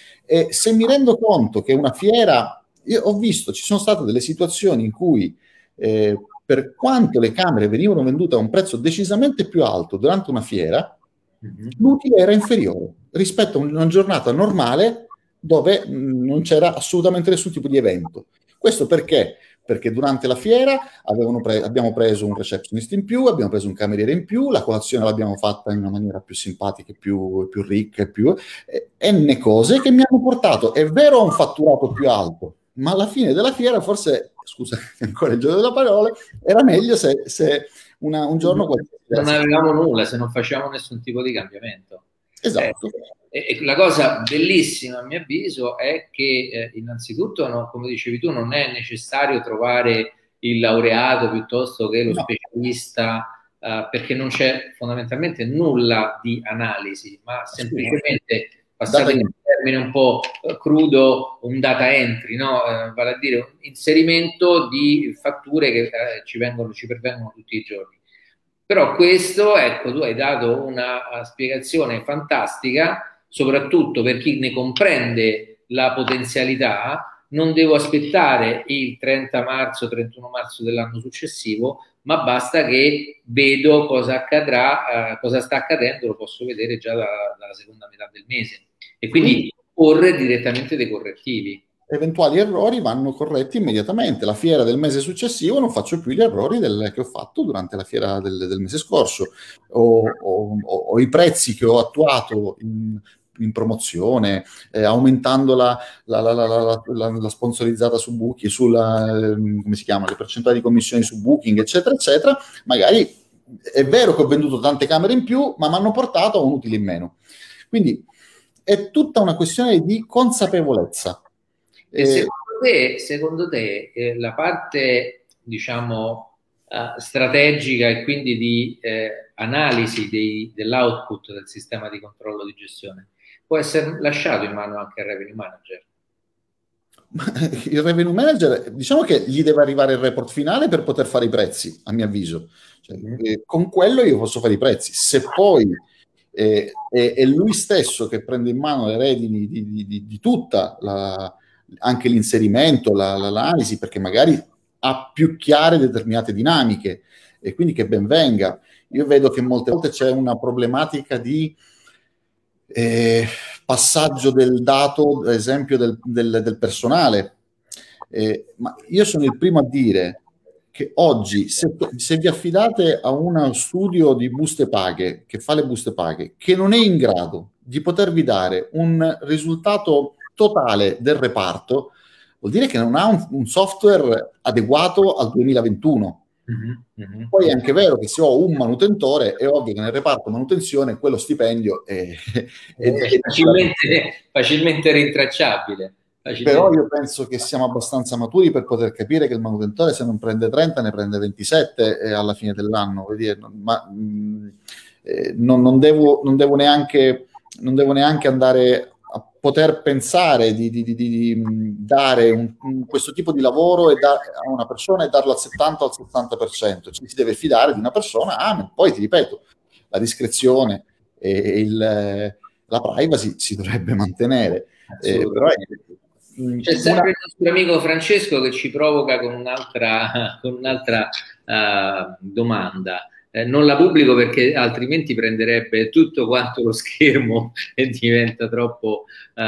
[SPEAKER 2] E se mi rendo conto che una fiera, io ho visto, ci sono state delle situazioni in cui eh, per quanto le camere venivano vendute a un prezzo decisamente più alto durante una fiera, l'utile era inferiore rispetto a una giornata normale dove mh, non c'era assolutamente nessun tipo di evento. Questo perché? Perché durante la fiera pre- abbiamo preso un receptionist in più, abbiamo preso un cameriere in più, la colazione l'abbiamo fatta in una maniera più simpatica, più, più ricca e più... Eh, N cose che mi hanno portato, è vero, a un fatturato più alto, ma alla fine della fiera forse, scusa ancora il gioco della parola, era meglio se... se Una, un giorno
[SPEAKER 1] non avevamo nulla, se non facevamo nessun tipo di cambiamento.
[SPEAKER 2] Esatto.
[SPEAKER 1] Eh, e la cosa bellissima, a mio avviso, è che eh, innanzitutto, no, come dicevi tu, non è necessario trovare il laureato piuttosto che lo no. specialista, eh, perché non c'è fondamentalmente nulla di analisi, ma semplicemente, passate in un termine un po' crudo, un data entry, no? Eh, vale a dire un inserimento di fatture che eh, ci vengono, ci pervengono tutti i giorni. Però questo, ecco, tu hai dato una spiegazione fantastica, soprattutto per chi ne comprende la potenzialità. Non devo aspettare il trenta marzo, trentuno marzo dell'anno successivo, ma basta che vedo cosa accadrà, eh, cosa sta accadendo, lo posso vedere già da, dalla seconda metà del mese. E quindi porre direttamente dei correttivi.
[SPEAKER 2] Eventuali errori vanno corretti immediatamente. La fiera del mese successivo non faccio più gli errori del, che ho fatto durante la fiera del, del mese scorso, o, o, o i prezzi che ho attuato in, in promozione, eh, aumentando la, la, la, la, la, la sponsorizzata su Booking, sulla, eh, come si chiama, le percentuali di commissioni su Booking, eccetera, eccetera. Magari è vero che ho venduto tante camere in più, ma mi hanno portato a un utile in meno. Quindi è tutta una questione di consapevolezza.
[SPEAKER 1] E secondo te, secondo te eh, la parte, diciamo, uh, strategica e quindi di eh, analisi dei, dell'output del sistema di controllo di gestione può essere lasciato in mano anche al revenue manager?
[SPEAKER 2] Il revenue manager, diciamo che gli deve arrivare il report finale per poter fare i prezzi, a mio avviso. Cioè, mm. eh, con quello io posso fare i prezzi. Se poi eh, è, è lui stesso che prende in mano le redini di, di, di, di tutta la... anche l'inserimento, la, l'analisi, perché magari ha più chiare determinate dinamiche, e quindi che ben venga. Io vedo che molte volte c'è una problematica di eh, passaggio del dato, ad esempio del, del, del personale, eh, ma io sono il primo a dire che oggi se, se vi affidate a uno studio di buste paghe, che fa le buste paghe, che non è in grado di potervi dare un risultato totale del reparto, vuol dire che non ha un, un software adeguato al duemilaventuno. Mm-hmm, mm-hmm. Poi è anche vero che se ho un manutentore, è ovvio che nel reparto manutenzione quello stipendio è, è,
[SPEAKER 1] è facilmente, facilmente rintracciabile.
[SPEAKER 2] Però io penso che siamo abbastanza maturi per poter capire che il manutentore, se non prende trenta, ne prende ventisette eh, alla fine dell'anno. Vuol dire, ma mh, eh, non, non, devo, non, devo neanche, non devo neanche andare a poter pensare di, di, di, di dare un, un, questo tipo di lavoro e da, a una persona e darlo al settanta o al settanta per cento. Ci si deve fidare di una persona. Ah, ma poi ti ripeto, la discrezione e il, la privacy si dovrebbe mantenere. Eh, però è,
[SPEAKER 1] C'è sempre il nostro amico Francesco che ci provoca con un'altra, con un'altra uh, domanda. Eh, non la pubblico perché altrimenti prenderebbe tutto quanto lo schermo e diventa troppo,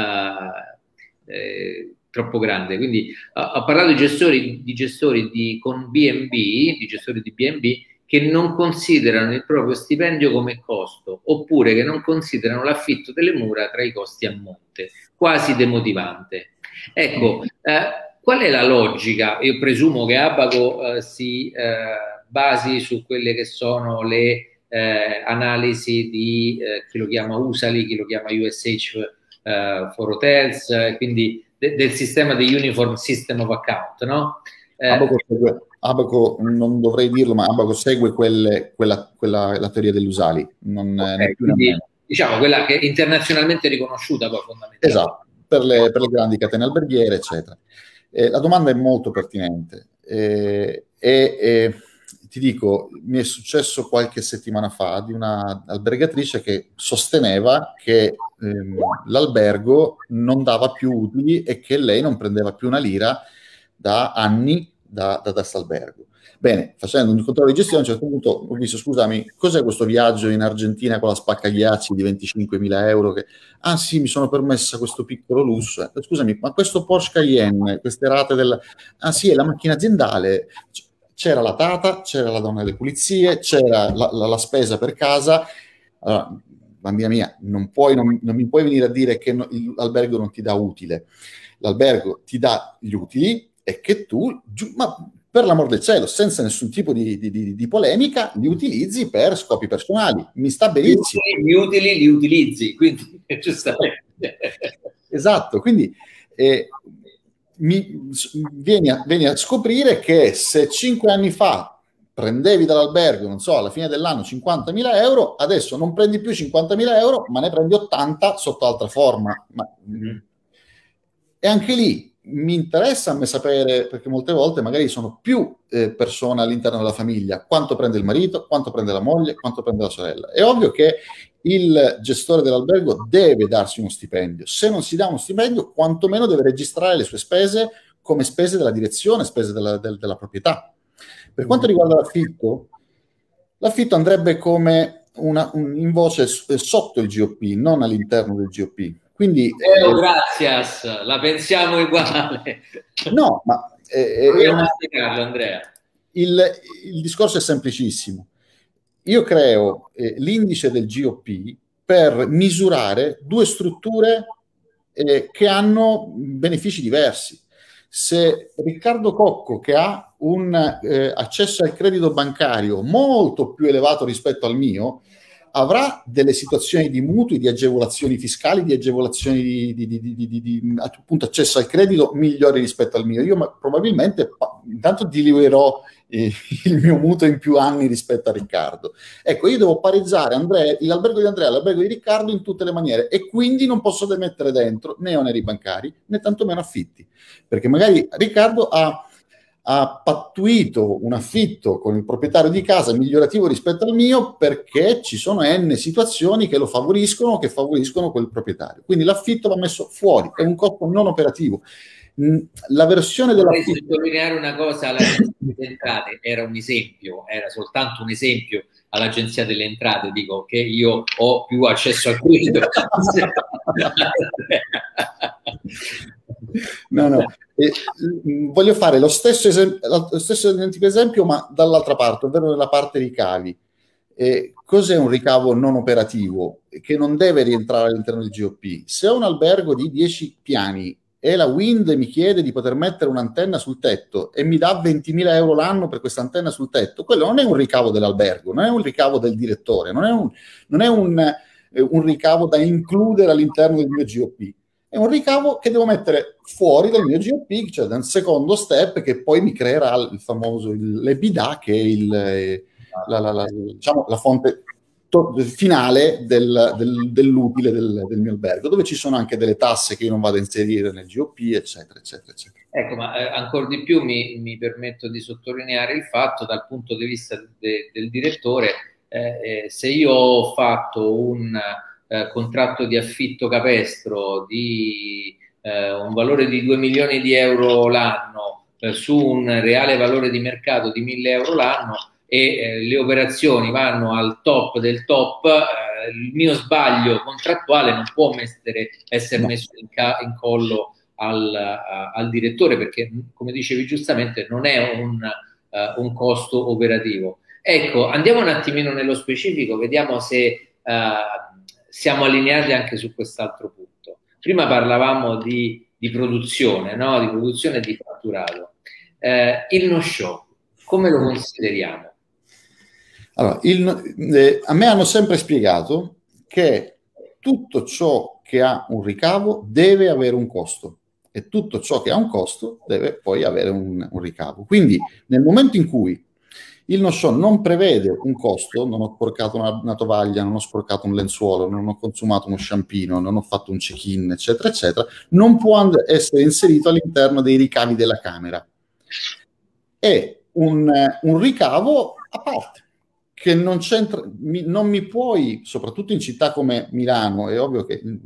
[SPEAKER 1] uh, eh, troppo grande. Quindi uh, ho parlato di gestori, di gestori di, con B and B, di gestori di B and B che non considerano il proprio stipendio come costo, oppure che non considerano l'affitto delle mura tra i costi a monte, quasi demotivante. Ecco, eh, qual è la logica? Io presumo che Abaco eh, si eh, basi su quelle che sono le eh, analisi di eh, chi lo chiama Usali, chi lo chiama U S H eh, for Hotels, eh, quindi de del sistema di Uniform System of Account, no?
[SPEAKER 2] Eh, Abaco, segue, Abaco, non dovrei dirlo, ma Abaco segue quelle, quella, quella, la teoria dell'Usali. Non,
[SPEAKER 1] okay, quindi, diciamo, quella che è internazionalmente riconosciuta poi fondamentalmente.
[SPEAKER 2] Esatto. Per le, per le grandi catene alberghiere, eccetera. Eh, la domanda è molto pertinente eh, e eh, ti dico, mi è successo qualche settimana fa di una albergatrice che sosteneva che ehm, l'albergo non dava più utili e che lei non prendeva più una lira da anni da, da questo albergo. Bene, facendo un controllo di gestione, a un certo punto ho visto, scusami, cos'è questo viaggio in Argentina con la spaccaghiacci di venticinquemila euro? Che... Ah sì, mi sono permessa questo piccolo lusso. Eh, scusami, ma questo Porsche Cayenne, queste rate del... Ah sì, è la macchina aziendale. C'era la tata, c'era la donna delle pulizie, c'era la, la, la spesa per casa. Allora, bambina mia, non, puoi, non, non mi puoi venire a dire che no, l'albergo non ti dà utile. L'albergo ti dà gli utili e che tu... Ma, per l'amor del cielo, senza nessun tipo di, di, di, di polemica, li utilizzi per scopi personali. Mi sta benissimo.
[SPEAKER 1] Gli utili li utilizzi, quindi giustamente.
[SPEAKER 2] Esatto, quindi eh, mi, vieni, a, vieni a scoprire che se cinque anni fa prendevi dall'albergo, non so, alla fine dell'anno cinquantamila euro, adesso non prendi più cinquantamila euro, ma ne prendi ottanta sotto altra forma. Ma, mm. E anche lì, mi interessa a me sapere, perché molte volte magari sono più eh, persone all'interno della famiglia, quanto prende il marito, quanto prende la moglie, quanto prende la sorella. È ovvio che il gestore dell'albergo deve darsi uno stipendio. Se non si dà uno stipendio, quantomeno deve registrare le sue spese come spese della direzione, spese della, del, della proprietà. Per quanto riguarda l'affitto, l'affitto andrebbe come una, un, in voce sotto il G O P, non all'interno del G O P. Quindi,
[SPEAKER 1] eh, oh, gracias, la pensiamo uguale.
[SPEAKER 2] No, ma eh,
[SPEAKER 1] è una... spiegarlo, Andrea.
[SPEAKER 2] Il, il discorso è semplicissimo. Io creo eh, l'indice del G O P per misurare due strutture eh, che hanno benefici diversi. Se Riccardo Cocco, che ha un eh, accesso al credito bancario molto più elevato rispetto al mio, avrà delle situazioni di mutui, di agevolazioni fiscali, di agevolazioni di, di, di, di, di, di appunto accesso al credito migliori rispetto al mio. Io ma, probabilmente intanto diluirò eh, il mio mutuo in più anni rispetto a Riccardo. Ecco, io devo pareggiare Andrea, l'albergo di Andrea e l'albergo di Riccardo in tutte le maniere e quindi non posso mettere dentro né oneri bancari né tantomeno affitti, perché magari Riccardo ha ha pattuito un affitto con il proprietario di casa migliorativo rispetto al mio perché ci sono n situazioni che lo favoriscono, che favoriscono quel proprietario. Quindi l'affitto va messo fuori, è un costo non operativo. La versione dell'affitto...
[SPEAKER 1] Vorrei sottolineare una cosa, all'Agenzia delle Entrate era un esempio, era soltanto un esempio all'Agenzia delle Entrate, dico che io ho più accesso al credito.
[SPEAKER 2] No, no. Eh, voglio fare lo stesso, lo stesso identico esempio, ma dall'altra parte, ovvero nella parte ricavi. Eh, cos'è un ricavo non operativo che non deve rientrare all'interno del G O P? Se ho un albergo di dieci piani e la Wind mi chiede di poter mettere un'antenna sul tetto e mi dà ventimila euro l'anno per questa antenna sul tetto, quello non è un ricavo dell'albergo, non è un ricavo del direttore, non è un, non è un, eh, un ricavo da includere all'interno del mio G O P. È un ricavo che devo mettere fuori dal mio G O P, cioè da un secondo step che poi mi creerà il famoso l'EBITDA, che è il, la, la, la, diciamo, la fonte finale del, del, dell'utile del, del mio albergo, dove ci sono anche delle tasse che io non vado a inserire nel G O P, eccetera, eccetera, eccetera.
[SPEAKER 1] Ecco, ma eh, ancora di più mi, mi permetto di sottolineare il fatto, dal punto di vista de, del direttore, eh, eh, se io ho fatto un eh, contratto di affitto capestro di eh, un valore di due milioni di euro l'anno eh, su un reale valore di mercato di mille euro l'anno, e eh, le operazioni vanno al top del top, eh, il mio sbaglio contrattuale non può mettere, essere messo in, in collo al, a, al direttore, perché, come dicevi giustamente, non è un, uh, un costo operativo. Ecco, andiamo un attimino nello specifico, vediamo se uh, siamo allineati anche su quest'altro punto. Prima parlavamo di, di produzione, no? Di produzione e di fatturato. Eh, il no-show, come lo consideriamo?
[SPEAKER 2] Allora, il, eh, a me hanno sempre spiegato che tutto ciò che ha un ricavo deve avere un costo, e tutto ciò che ha un costo deve poi avere un, un ricavo. Quindi nel momento in cui il no-show non prevede un costo, non ho sporcato una, una tovaglia, non ho sporcato un lenzuolo, non ho consumato uno sciampino, non ho fatto un check-in, eccetera, eccetera, non può essere inserito all'interno dei ricavi della Camera. È un, un ricavo a parte, che non c'entra, mi, non mi puoi, soprattutto in città come Milano, è ovvio che in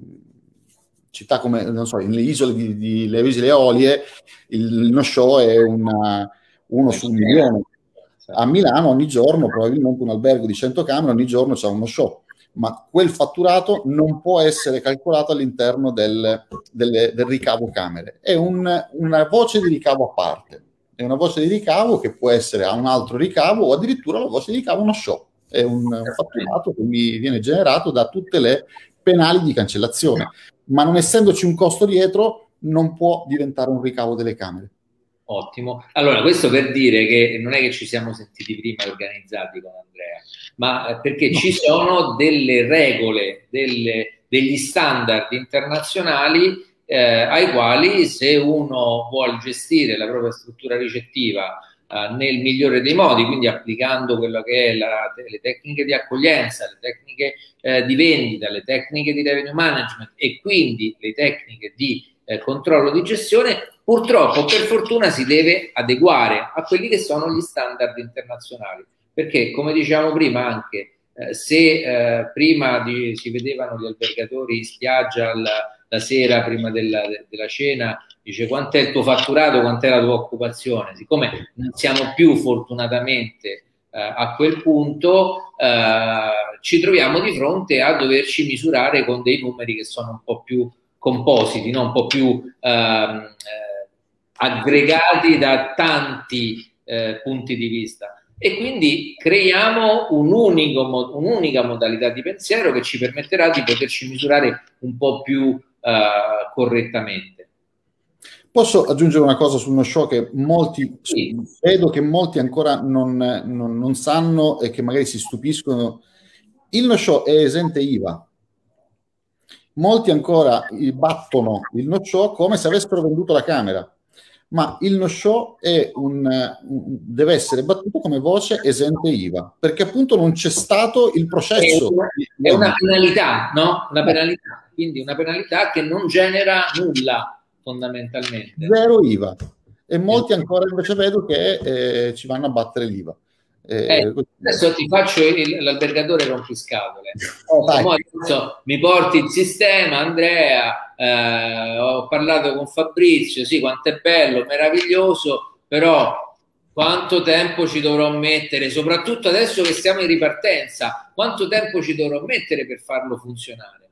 [SPEAKER 2] città come, non so, nelle isole di, di le isole Eolie, il no-show è una, uno su un milione. A Milano ogni giorno, probabilmente un albergo di cento camere, ogni giorno c'è uno show, ma quel fatturato non può essere calcolato all'interno del, del, del ricavo camere. È un, una voce di ricavo a parte. È una voce di ricavo che può essere a un altro ricavo, o addirittura la voce di ricavo uno show. È un, un fatturato che mi viene generato da tutte le penali di cancellazione, ma non essendoci un costo dietro non può diventare un ricavo delle camere.
[SPEAKER 1] Ottimo. Allora, questo per dire che non è che ci siamo sentiti prima organizzati con Andrea, ma perché no. Ci sono delle regole, delle, degli standard internazionali eh, ai quali, se uno vuole gestire la propria struttura ricettiva eh, nel migliore dei modi, quindi applicando quello che è la, le tecniche di accoglienza, le tecniche eh, di vendita, le tecniche di revenue management e quindi le tecniche di eh, controllo di gestione, purtroppo, per fortuna, si deve adeguare a quelli che sono gli standard internazionali, perché, come dicevamo prima, anche eh, se eh, prima di, si vedevano gli albergatori in spiaggia la, la sera prima della, de, della cena, dice quant'è il tuo fatturato, quant'è la tua occupazione, siccome non siamo più fortunatamente eh, a quel punto, eh, ci troviamo di fronte a doverci misurare con dei numeri che sono un po' più compositi, no? Un po' più ehm, eh, aggregati da tanti eh, punti di vista, e quindi creiamo un unico, un'unica modalità di pensiero che ci permetterà di poterci misurare un po' più eh, correttamente.
[SPEAKER 2] Posso aggiungere una cosa sul no-show che molti, sì. vedo che molti ancora non, non, non sanno e che magari si stupiscono. Il no-show è esente I V A. Molti ancora battono il no-show come se avessero venduto la camera, ma il no-show è un, un, deve essere battuto come voce esente I V A, perché appunto non c'è stato il processo.
[SPEAKER 1] È una, è una penalità, no? Una penalità, quindi una penalità che non genera nulla fondamentalmente.
[SPEAKER 2] Zero I V A. E molti ancora invece vedo che eh, ci vanno a battere l'I V A.
[SPEAKER 1] Eh, eh, adesso ti faccio l'albergatore rompiscatole. Oh, adesso mi porti il sistema, Andrea. Eh, ho parlato con Fabrizio. Sì, quanto è bello, meraviglioso, però quanto tempo ci dovrò mettere, soprattutto adesso che siamo in ripartenza, quanto tempo ci dovrò mettere per farlo funzionare?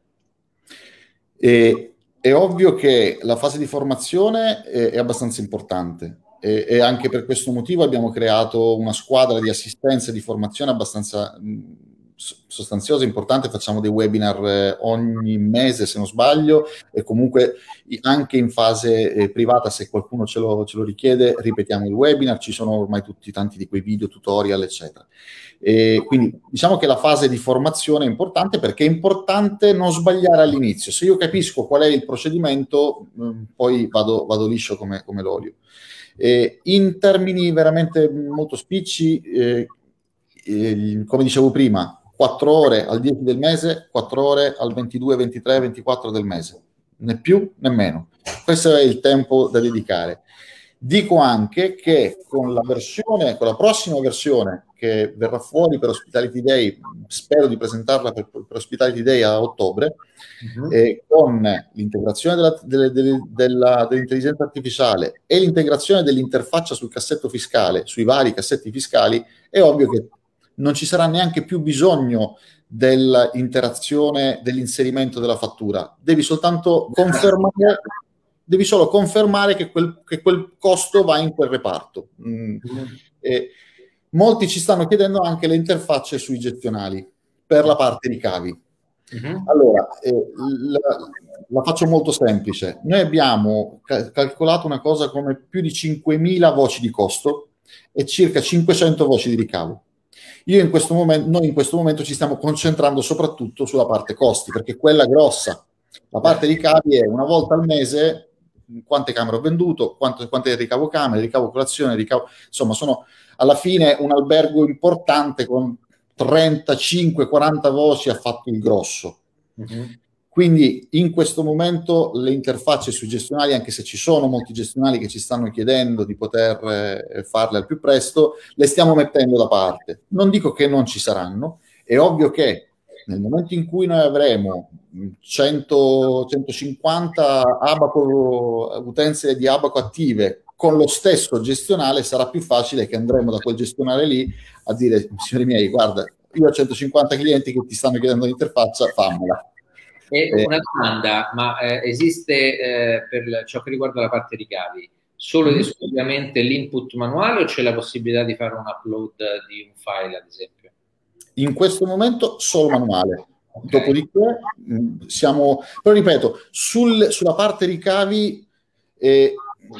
[SPEAKER 2] E, è ovvio che la fase di formazione è, è abbastanza importante. E, e anche per questo motivo abbiamo creato una squadra di assistenza e di formazione abbastanza mh, sostanziosa, importante, facciamo dei webinar eh, ogni mese se non sbaglio, e comunque anche in fase eh, privata, se qualcuno ce lo, ce lo richiede, ripetiamo il webinar, ci sono ormai tutti tanti di quei video, tutorial, eccetera. E quindi diciamo che la fase di formazione è importante, perché è importante non sbagliare all'inizio. Se io capisco qual è il procedimento, mh, poi vado, vado liscio come, come l'olio. Eh, in termini veramente molto spicci, eh, eh, come dicevo prima, quattro ore al dieci del mese, quattro ore al ventidue, ventitré, ventiquattro del mese, né più né meno. Questo è il tempo da dedicare. Dico anche che con la versione, con la prossima versione che verrà fuori per Hospitality Day, spero di presentarla per, per Hospitality Day a ottobre, uh-huh. eh, con l'integrazione della, delle, delle, della, dell'intelligenza artificiale e l'integrazione dell'interfaccia sul cassetto fiscale, sui vari cassetti fiscali, è ovvio che non ci sarà neanche più bisogno dell'interazione, dell'inserimento della fattura. Devi soltanto confermare... devi solo confermare che quel, che quel costo va in quel reparto. Mm. E molti ci stanno chiedendo anche le interfacce sui gestionali per la parte ricavi. Uh-huh. Allora, eh, la, la faccio molto semplice. Noi abbiamo ca- calcolato una cosa come più di cinquemila voci di costo e circa cinquecento voci di ricavo. Io in questo momento, noi in questo momento ci stiamo concentrando soprattutto sulla parte costi, perché quella grossa. La parte ricavi è una volta al mese quante camere ho venduto, quanto, quanto è il ricavo camere, ricavo colazione, ricavo... insomma sono alla fine un albergo importante con trentacinque quaranta voci ha fatto il grosso. Uh-huh. Quindi in questo momento le interfacce sui gestionali, anche se ci sono molti gestionali che ci stanno chiedendo di poter eh, farle al più presto, le stiamo mettendo da parte. Non dico che non ci saranno, è ovvio che nel momento in cui noi avremo cento centocinquanta Abaco, utenze di Abaco attive con lo stesso gestionale, sarà più facile che andremo da quel gestionale lì a dire: signori miei, guarda, io ho centocinquanta clienti che ti stanno chiedendo l'interfaccia, fammela.
[SPEAKER 1] E eh, una domanda, ma eh, esiste eh, per ciò che riguarda la parte ricavi solo ed esclusivamente l'input manuale, o c'è la possibilità di fare un upload di un file, ad esempio?
[SPEAKER 2] In questo momento solo manuale. Okay. Dopodiché mh, siamo, però ripeto, sul, sulla parte ricavi eh,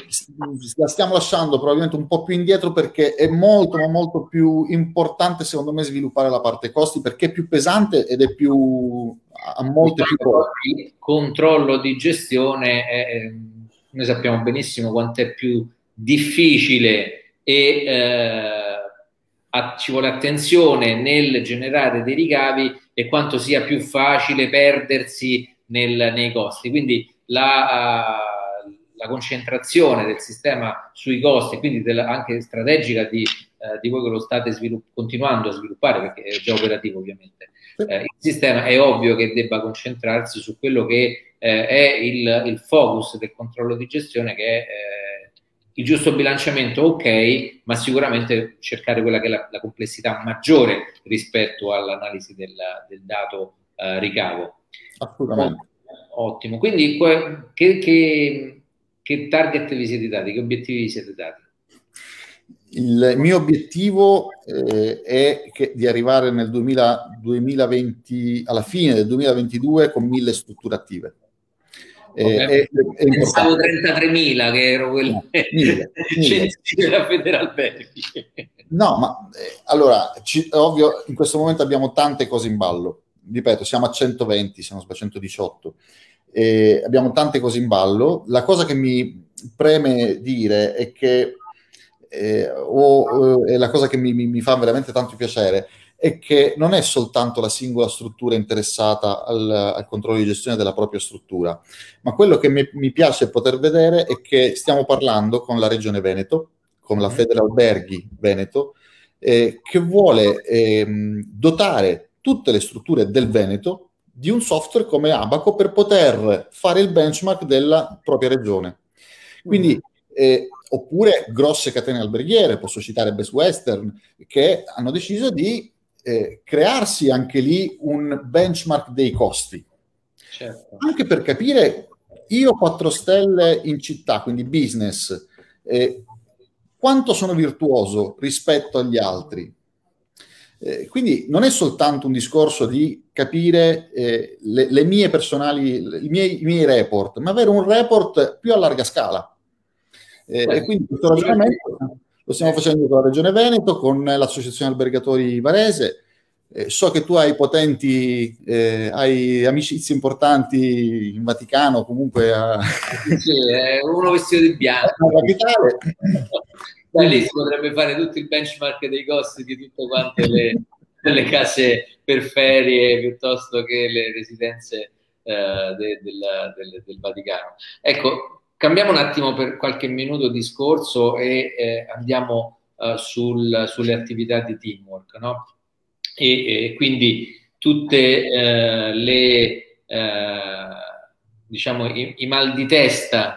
[SPEAKER 2] la stiamo lasciando probabilmente un po' più indietro, perché è molto ma molto più importante secondo me sviluppare la parte costi, perché è più pesante ed è più ha molte più cose.
[SPEAKER 1] Il controllo di gestione è, noi sappiamo benissimo quanto è più difficile e eh, a, ci vuole attenzione nel generare dei ricavi, e quanto sia più facile perdersi nel, nei costi. Quindi la, uh, la concentrazione del sistema sui costi, quindi della, anche strategica di, uh, di voi che lo state continuando a sviluppare, perché è già operativo ovviamente, uh, il sistema è ovvio che debba concentrarsi su quello che uh, è il, il focus del controllo di gestione, che è uh, il giusto bilanciamento, ok, ma sicuramente cercare quella che è la, la complessità maggiore rispetto all'analisi del, del dato uh, ricavo.
[SPEAKER 2] Assolutamente.
[SPEAKER 1] Ottimo. Quindi che, che, che target vi siete dati? Che obiettivi vi siete dati?
[SPEAKER 2] Il mio obiettivo eh, è che, di arrivare nel duemila, duemilaventi, alla fine del duemilaventidue con mille strutture attive.
[SPEAKER 1] Okay. È, è pensavo trentatremila, che ero quello no, della Federalberghi.
[SPEAKER 2] No, ma eh, allora, ci, ovvio, in questo momento abbiamo tante cose in ballo. Ripeto, siamo a centoventi, siamo a centodiciotto. Eh, abbiamo tante cose in ballo. La cosa che mi preme dire è che, eh, o, eh, la cosa che mi, mi, mi fa veramente tanto piacere, è che non è soltanto la singola struttura interessata al, al controllo di gestione della propria struttura, ma quello che mi, mi piace poter vedere è che stiamo parlando con la Regione Veneto, con la Federalberghi Veneto, eh, che vuole eh, dotare tutte le strutture del Veneto di un software come Abaco per poter fare il benchmark della propria regione. Quindi, eh, oppure grosse catene alberghiere, posso citare Best Western, che hanno deciso di Eh, crearsi anche lì un benchmark dei costi, certo. Anche per capire, io quattro stelle in città, quindi business, eh, quanto sono virtuoso rispetto agli altri, Eh, quindi non è soltanto un discorso di capire eh, le, le mie personali, i miei, i miei report, ma avere un report più a larga scala. Eh, e quindi questo ragionamento lo stiamo facendo con la Regione Veneto, con l'Associazione Albergatori Varese. Eh, so che tu hai potenti, eh, hai amicizie importanti in Vaticano, comunque a...
[SPEAKER 1] Sì, è uno vestito di bianco.
[SPEAKER 2] La capitale.
[SPEAKER 1] Da lì si potrebbe fare tutto il benchmark dei costi di tutte quante le, le case per ferie piuttosto che le residenze eh, de, del, del, del Vaticano. Ecco, cambiamo un attimo per qualche minuto di discorso e eh, andiamo uh, sul, sulle attività di teamwork, no? E, e quindi tutte eh, le eh, diciamo i, i mal di testa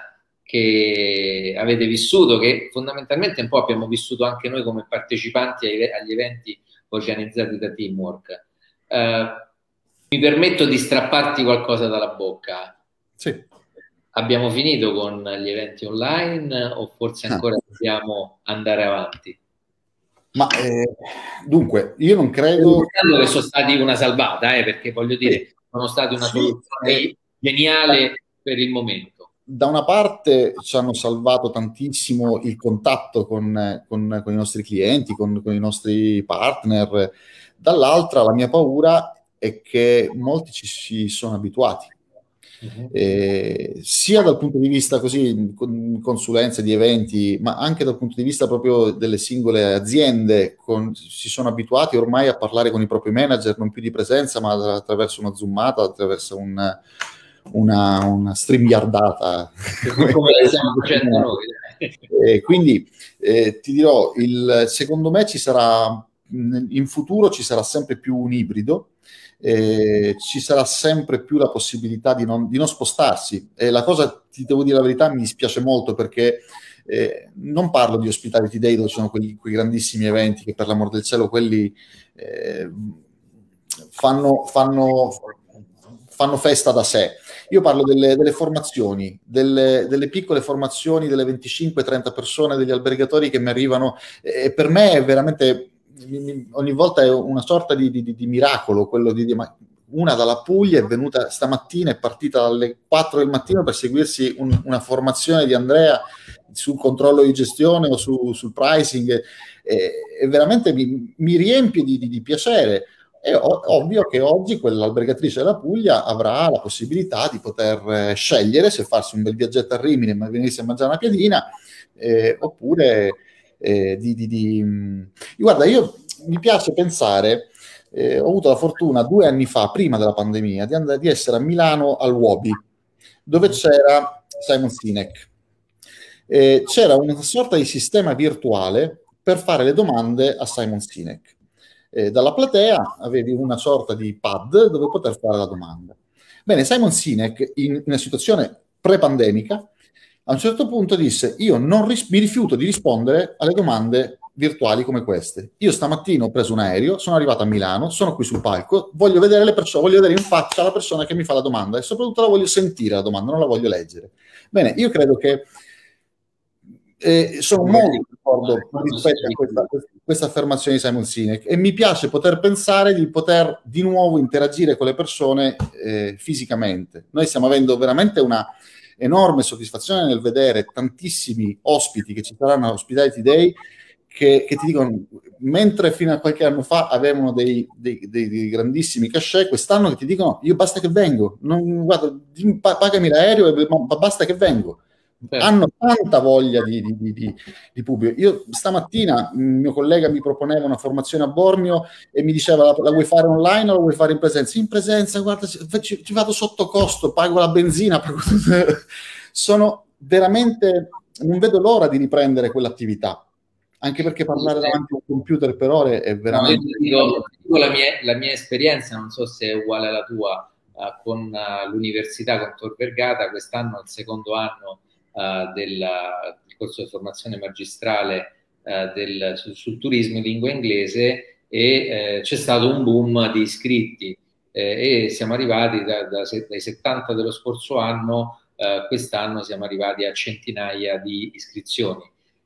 [SPEAKER 1] che avete vissuto, che fondamentalmente un po' abbiamo vissuto anche noi come partecipanti ai, agli eventi organizzati da Teamwork. Eh, mi permetto di strapparti qualcosa dalla bocca.
[SPEAKER 2] Sì.
[SPEAKER 1] Abbiamo finito con gli eventi online o forse ancora dobbiamo andare avanti?
[SPEAKER 2] Ma eh, dunque, io non credo
[SPEAKER 1] che sono stati una salvata, eh, perché voglio dire, sono stati una
[SPEAKER 2] sì,
[SPEAKER 1] soluzione
[SPEAKER 2] eh,
[SPEAKER 1] geniale per il momento.
[SPEAKER 2] Da una parte ci hanno salvato tantissimo il contatto con, con, con i nostri clienti, con, con i nostri partner, dall'altra la mia paura è che molti ci si sono abituati. Uh-huh. Eh, sia dal punto di vista così con consulenze di eventi, ma anche dal punto di vista proprio delle singole aziende, con, si sono abituati ormai a parlare con i propri manager non più di presenza, ma attraverso una zoomata, attraverso un, una, una streamyardata
[SPEAKER 1] come la stiamo facendo noi.
[SPEAKER 2] Eh, quindi eh, ti dirò, il, secondo me ci sarà in futuro ci sarà sempre più un ibrido. Eh, ci sarà sempre più la possibilità di non, di non spostarsi. E la cosa, ti devo dire la verità, mi dispiace molto perché eh, non parlo di Hospitality Day dove ci sono quei, quei grandissimi eventi che per l'amor del cielo quelli eh, fanno, fanno, fanno festa da sé. Io parlo delle, delle formazioni, delle, delle piccole formazioni, delle venticinque trenta persone, degli albergatori che mi arrivano e per me è veramente... ogni volta è una sorta di, di, di miracolo quello di dire, ma una dalla Puglia è venuta stamattina, è partita alle quattro del mattino per seguirsi un, una formazione di Andrea sul controllo di gestione o su, sul pricing e, e veramente mi, mi riempie di, di, di piacere. È ovvio che oggi quell'albergatrice della Puglia avrà la possibilità di poter scegliere se farsi un bel viaggetto a Rimini e venirsi a mangiare una piadina eh, oppure Eh, di, di, di... Guarda, io mi piace pensare, eh, ho avuto la fortuna due anni fa, prima della pandemia, di, andare, di essere a Milano al Wobby, dove c'era Simon Sinek. Eh, c'era una sorta di sistema virtuale per fare le domande a Simon Sinek. Eh, dalla platea avevi una sorta di pad dove poter fare la domanda. Bene, Simon Sinek, in, in una situazione pre-pandemica, a un certo punto disse, io non ris- mi rifiuto di rispondere alle domande virtuali come queste. Io stamattina ho preso un aereo, sono arrivato a Milano, sono qui sul palco, voglio vedere le persone, voglio vedere in faccia la persona che mi fa la domanda e soprattutto la voglio sentire la domanda, non la voglio leggere. Bene, io credo che eh, sono molto d'accordo rispetto a questa, questa affermazione di Simon Sinek e mi piace poter pensare di poter di nuovo interagire con le persone eh, fisicamente. Noi stiamo avendo veramente una enorme soddisfazione nel vedere tantissimi ospiti che ci saranno a Hospitality Day che, che ti dicono, mentre fino a qualche anno fa avevano dei, dei, dei, dei grandissimi cachet, quest'anno che ti dicono io basta che vengo, non, guarda, pagami l'aereo, ma basta che vengo. Hanno tanta voglia di, di, di, di pubblico. Io stamattina un mio collega mi proponeva una formazione a Bormio e mi diceva la, la vuoi fare online o la vuoi fare in presenza? In presenza, guarda, ci, ci vado sotto costo, pago la benzina, pago... sono veramente, non vedo l'ora di riprendere quell'attività, anche perché parlare davanti a un computer per ore è veramente...
[SPEAKER 1] No, dico, dico la, mia, la mia esperienza, non so se è uguale alla tua, uh, con uh, l'università, con Tor Vergata, quest'anno è il secondo anno Uh, del, del corso di formazione magistrale uh, del, sul, sul turismo in lingua inglese e uh, c'è stato un boom di iscritti eh, e siamo arrivati da, da, dai settanta dello scorso anno, uh, quest'anno siamo arrivati a centinaia di iscrizioni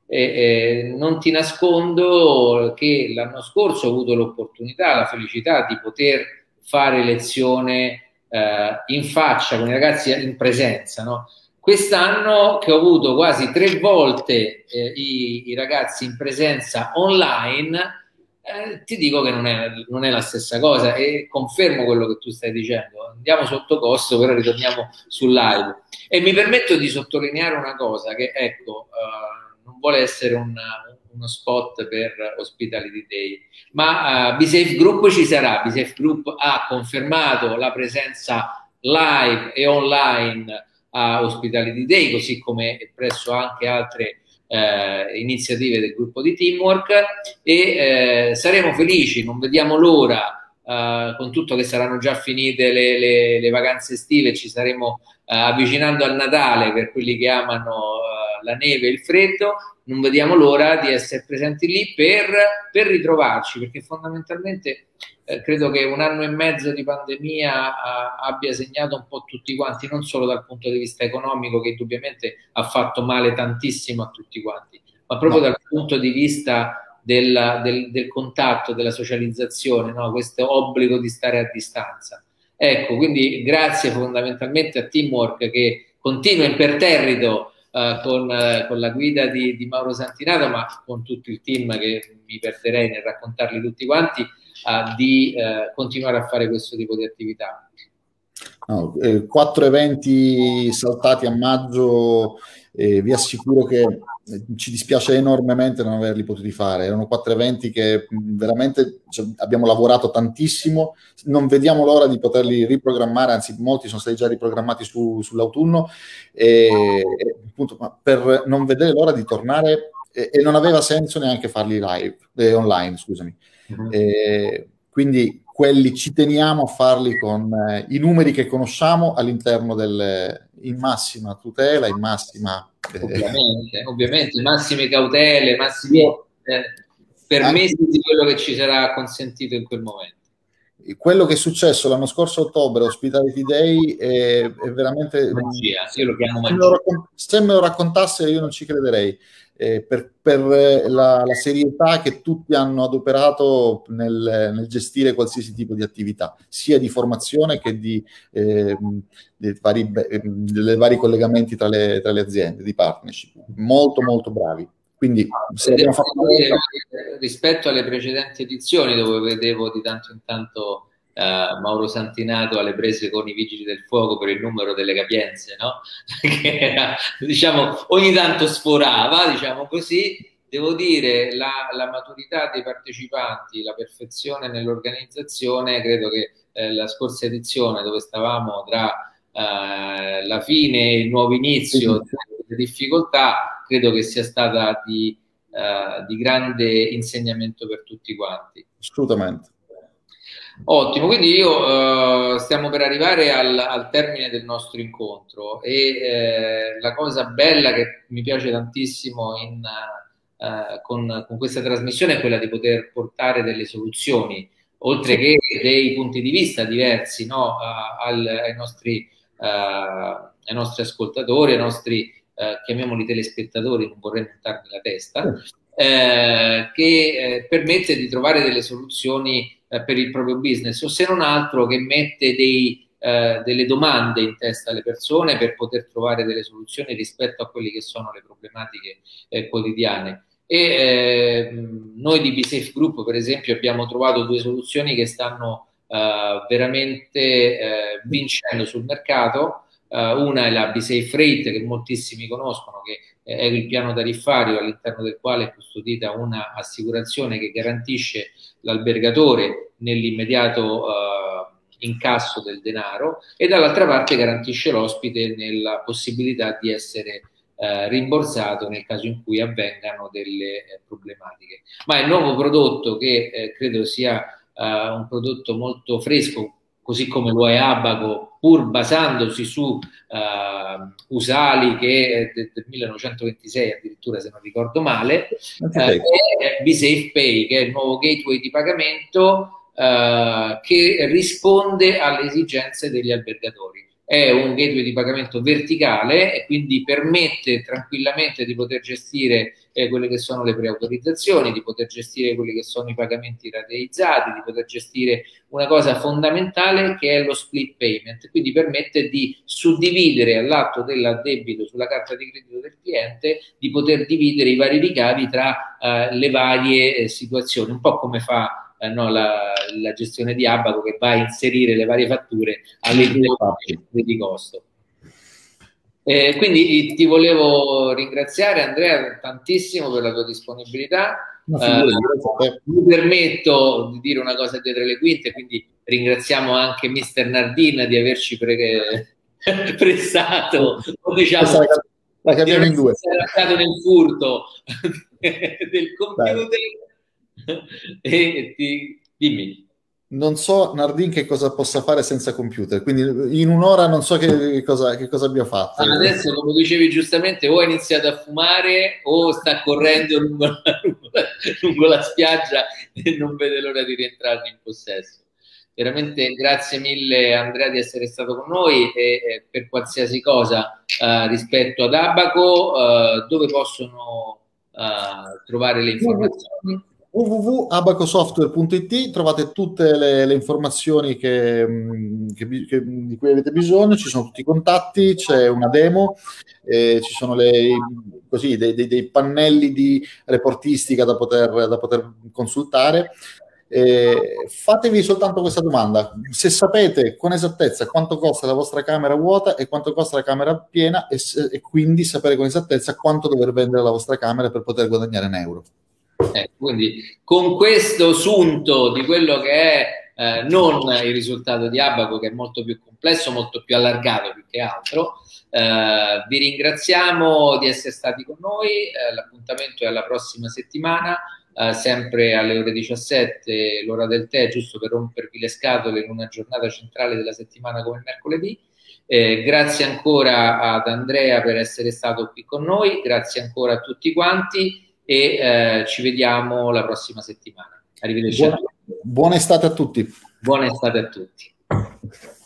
[SPEAKER 1] E, eh, non ti nascondo che l'anno scorso ho avuto l'opportunità, la felicità di poter fare lezione eh, in faccia con i ragazzi in presenza, no? Quest'anno che ho avuto quasi tre volte eh, i, i ragazzi in presenza online, eh, ti dico che non è, non è la stessa cosa e confermo quello che tu stai dicendo. Andiamo sotto costo, però ritorniamo sul live. E mi permetto di sottolineare una cosa, che ecco, uh, non vuole essere un, uno spot per Hospitality Day, ma uh, B-Safe Group ci sarà. B-Safe Group ha confermato la presenza live e online a Hospitality Day, così come presso anche altre eh, iniziative del gruppo di Teamwork, e eh, saremo felici, non vediamo l'ora, eh, con tutto che saranno già finite le, le, le vacanze estive, ci saremo eh, avvicinando al Natale per quelli che amano eh, la neve e il freddo, non vediamo l'ora di essere presenti lì per, per ritrovarci, perché fondamentalmente eh, credo che un anno e mezzo di pandemia eh, abbia segnato un po' tutti quanti, non solo dal punto di vista economico, che indubbiamente ha fatto male tantissimo a tutti quanti, ma proprio no. dal punto di vista del, del, del contatto, della socializzazione, no? Questo obbligo di stare a distanza. Ecco, quindi grazie fondamentalmente a Teamwork, che continua imperterrito Uh, con, uh, con la guida di, di Mauro Santinato, ma con tutto il team che mi perderei nel raccontarli tutti quanti, uh, di uh, continuare a fare questo tipo di attività.
[SPEAKER 2] No, eh, quattro eventi saltati a maggio, eh, vi assicuro che eh, ci dispiace enormemente non averli potuti fare. Erano quattro eventi che mh, veramente cioè, abbiamo lavorato tantissimo, non vediamo l'ora di poterli riprogrammare, anzi molti sono stati già riprogrammati su, sull'autunno, e, e, appunto, ma per non vedere l'ora di tornare, e, e non aveva senso neanche farli live, eh, online, scusami. Uh-huh. E, quindi quelli ci teniamo a farli con eh, i numeri che conosciamo all'interno del, in massima tutela, in massima...
[SPEAKER 1] Eh, ovviamente, ovviamente, massime cautele, massimi eh, permessi anche, di quello che ci sarà consentito in quel momento.
[SPEAKER 2] Quello che è successo l'anno scorso a ottobre, Hospitality Day, è, è veramente...
[SPEAKER 1] Magia, io lo chiamo
[SPEAKER 2] magia.
[SPEAKER 1] magia.
[SPEAKER 2] Se me lo, se me lo raccontassero io non ci crederei. Eh, per, per la, la serietà che tutti hanno adoperato nel, nel gestire qualsiasi tipo di attività, sia di formazione che di, eh, di vari, dei vari collegamenti tra le, tra le aziende, di partnership. Molto, molto bravi. Quindi, se abbiamo fatto
[SPEAKER 1] dire, rispetto alle precedenti edizioni, dove vedevo di tanto in tanto Uh, Mauro Santinato alle prese con i vigili del fuoco per il numero delle capienze, no? Che era, diciamo, ogni tanto sforava, diciamo così. Devo dire, la, la maturità dei partecipanti, la perfezione nell'organizzazione, credo che eh, la scorsa edizione, dove stavamo tra uh, la fine e il nuovo inizio delle difficoltà, credo che sia stata di, uh, di grande insegnamento per tutti quanti.
[SPEAKER 2] Assolutamente.
[SPEAKER 1] Ottimo, quindi io uh, stiamo per arrivare al, al termine del nostro incontro e eh, la cosa bella che mi piace tantissimo in, uh, con, con questa trasmissione è quella di poter portare delle soluzioni, oltre che dei punti di vista diversi, no? uh, al, ai, nostri, uh, ai nostri ascoltatori, ai nostri, uh, chiamiamoli telespettatori, non vorrei montarmi la testa, eh, che eh, permette di trovare delle soluzioni per il proprio business, o se non altro che mette dei, eh, delle domande in testa alle persone per poter trovare delle soluzioni rispetto a quelle che sono le problematiche eh, quotidiane. E eh, noi di B-Safe Group, per esempio, abbiamo trovato due soluzioni che stanno eh, veramente eh, vincendo sul mercato. Uh, una è la B-Safe Rate, che moltissimi conoscono, che è il piano tariffario all'interno del quale è custodita una assicurazione che garantisce l'albergatore nell'immediato uh, incasso del denaro, e dall'altra parte garantisce l'ospite nella possibilità di essere uh, rimborsato nel caso in cui avvengano delle eh, problematiche. Ma è un nuovo prodotto che eh, credo sia uh, un prodotto molto fresco, così come lo è Abaco, pur basandosi su uh, Usali, che è del, del millenovecentoventisei addirittura, se non ricordo male, okay. uh, e B-Safe Pay, che è il nuovo gateway di pagamento uh, che risponde alle esigenze degli albergatori. è un gateway di pagamento verticale e quindi permette tranquillamente di poter gestire eh, quelle che sono le preautorizzazioni, di poter gestire quelli che sono i pagamenti rateizzati, di poter gestire una cosa fondamentale che è lo split payment, quindi permette di suddividere all'atto dell'addebito sulla carta di credito del cliente, di poter dividere i vari ricavi tra eh, le varie eh, situazioni, un po' come fa Eh, no, la, la gestione di Abaco, che va a inserire le varie fatture alle di costo. Eh, quindi ti volevo ringraziare, Andrea, tantissimo per la tua disponibilità. Eh, mi permetto di dire una cosa dietro le quinte, quindi ringraziamo anche mister Nardin di averci pre prestato, o diciamo,
[SPEAKER 2] la capiamo in due,
[SPEAKER 1] nel furto del computer. Dai. E ti, dimmi.
[SPEAKER 2] Non so, Nardin, che cosa possa fare senza computer, quindi in un'ora non so che cosa, che cosa abbia fatto.
[SPEAKER 1] Ah, adesso, come dicevi giustamente, o ha iniziato a fumare o sta correndo lungo la, lungo la spiaggia e non vede l'ora di rientrarne in possesso. Veramente grazie mille, Andrea, di essere stato con noi, e, e per qualsiasi cosa uh, rispetto ad Abaco, uh, dove possono uh, trovare le informazioni?
[SPEAKER 2] w w w punto abacosoftware punto i t, trovate tutte le, le informazioni che, che, che, di cui avete bisogno, ci sono tutti i contatti, c'è una demo, eh, ci sono le, così, dei, dei, dei pannelli di reportistica da poter, da poter consultare. Eh, fatevi soltanto questa domanda: se sapete con esattezza quanto costa la vostra camera vuota e quanto costa la camera piena, e, e quindi sapere con esattezza quanto dover vendere la vostra camera per poter guadagnare in euro.
[SPEAKER 1] Eh, quindi con questo sunto di quello che è eh, non il risultato di Abaco, che è molto più complesso, molto più allargato più che altro, eh, vi ringraziamo di essere stati con noi. Eh, l'appuntamento è alla prossima settimana, eh, sempre alle ore diciassette, l'ora del tè, giusto per rompervi le scatole in una giornata centrale della settimana come il mercoledì. Eh, grazie ancora ad Andrea per essere stato qui con noi, grazie ancora a tutti quanti, e eh, ci vediamo la prossima settimana. Arrivederci.
[SPEAKER 2] Buona, buona estate a tutti.
[SPEAKER 1] Buona estate a tutti.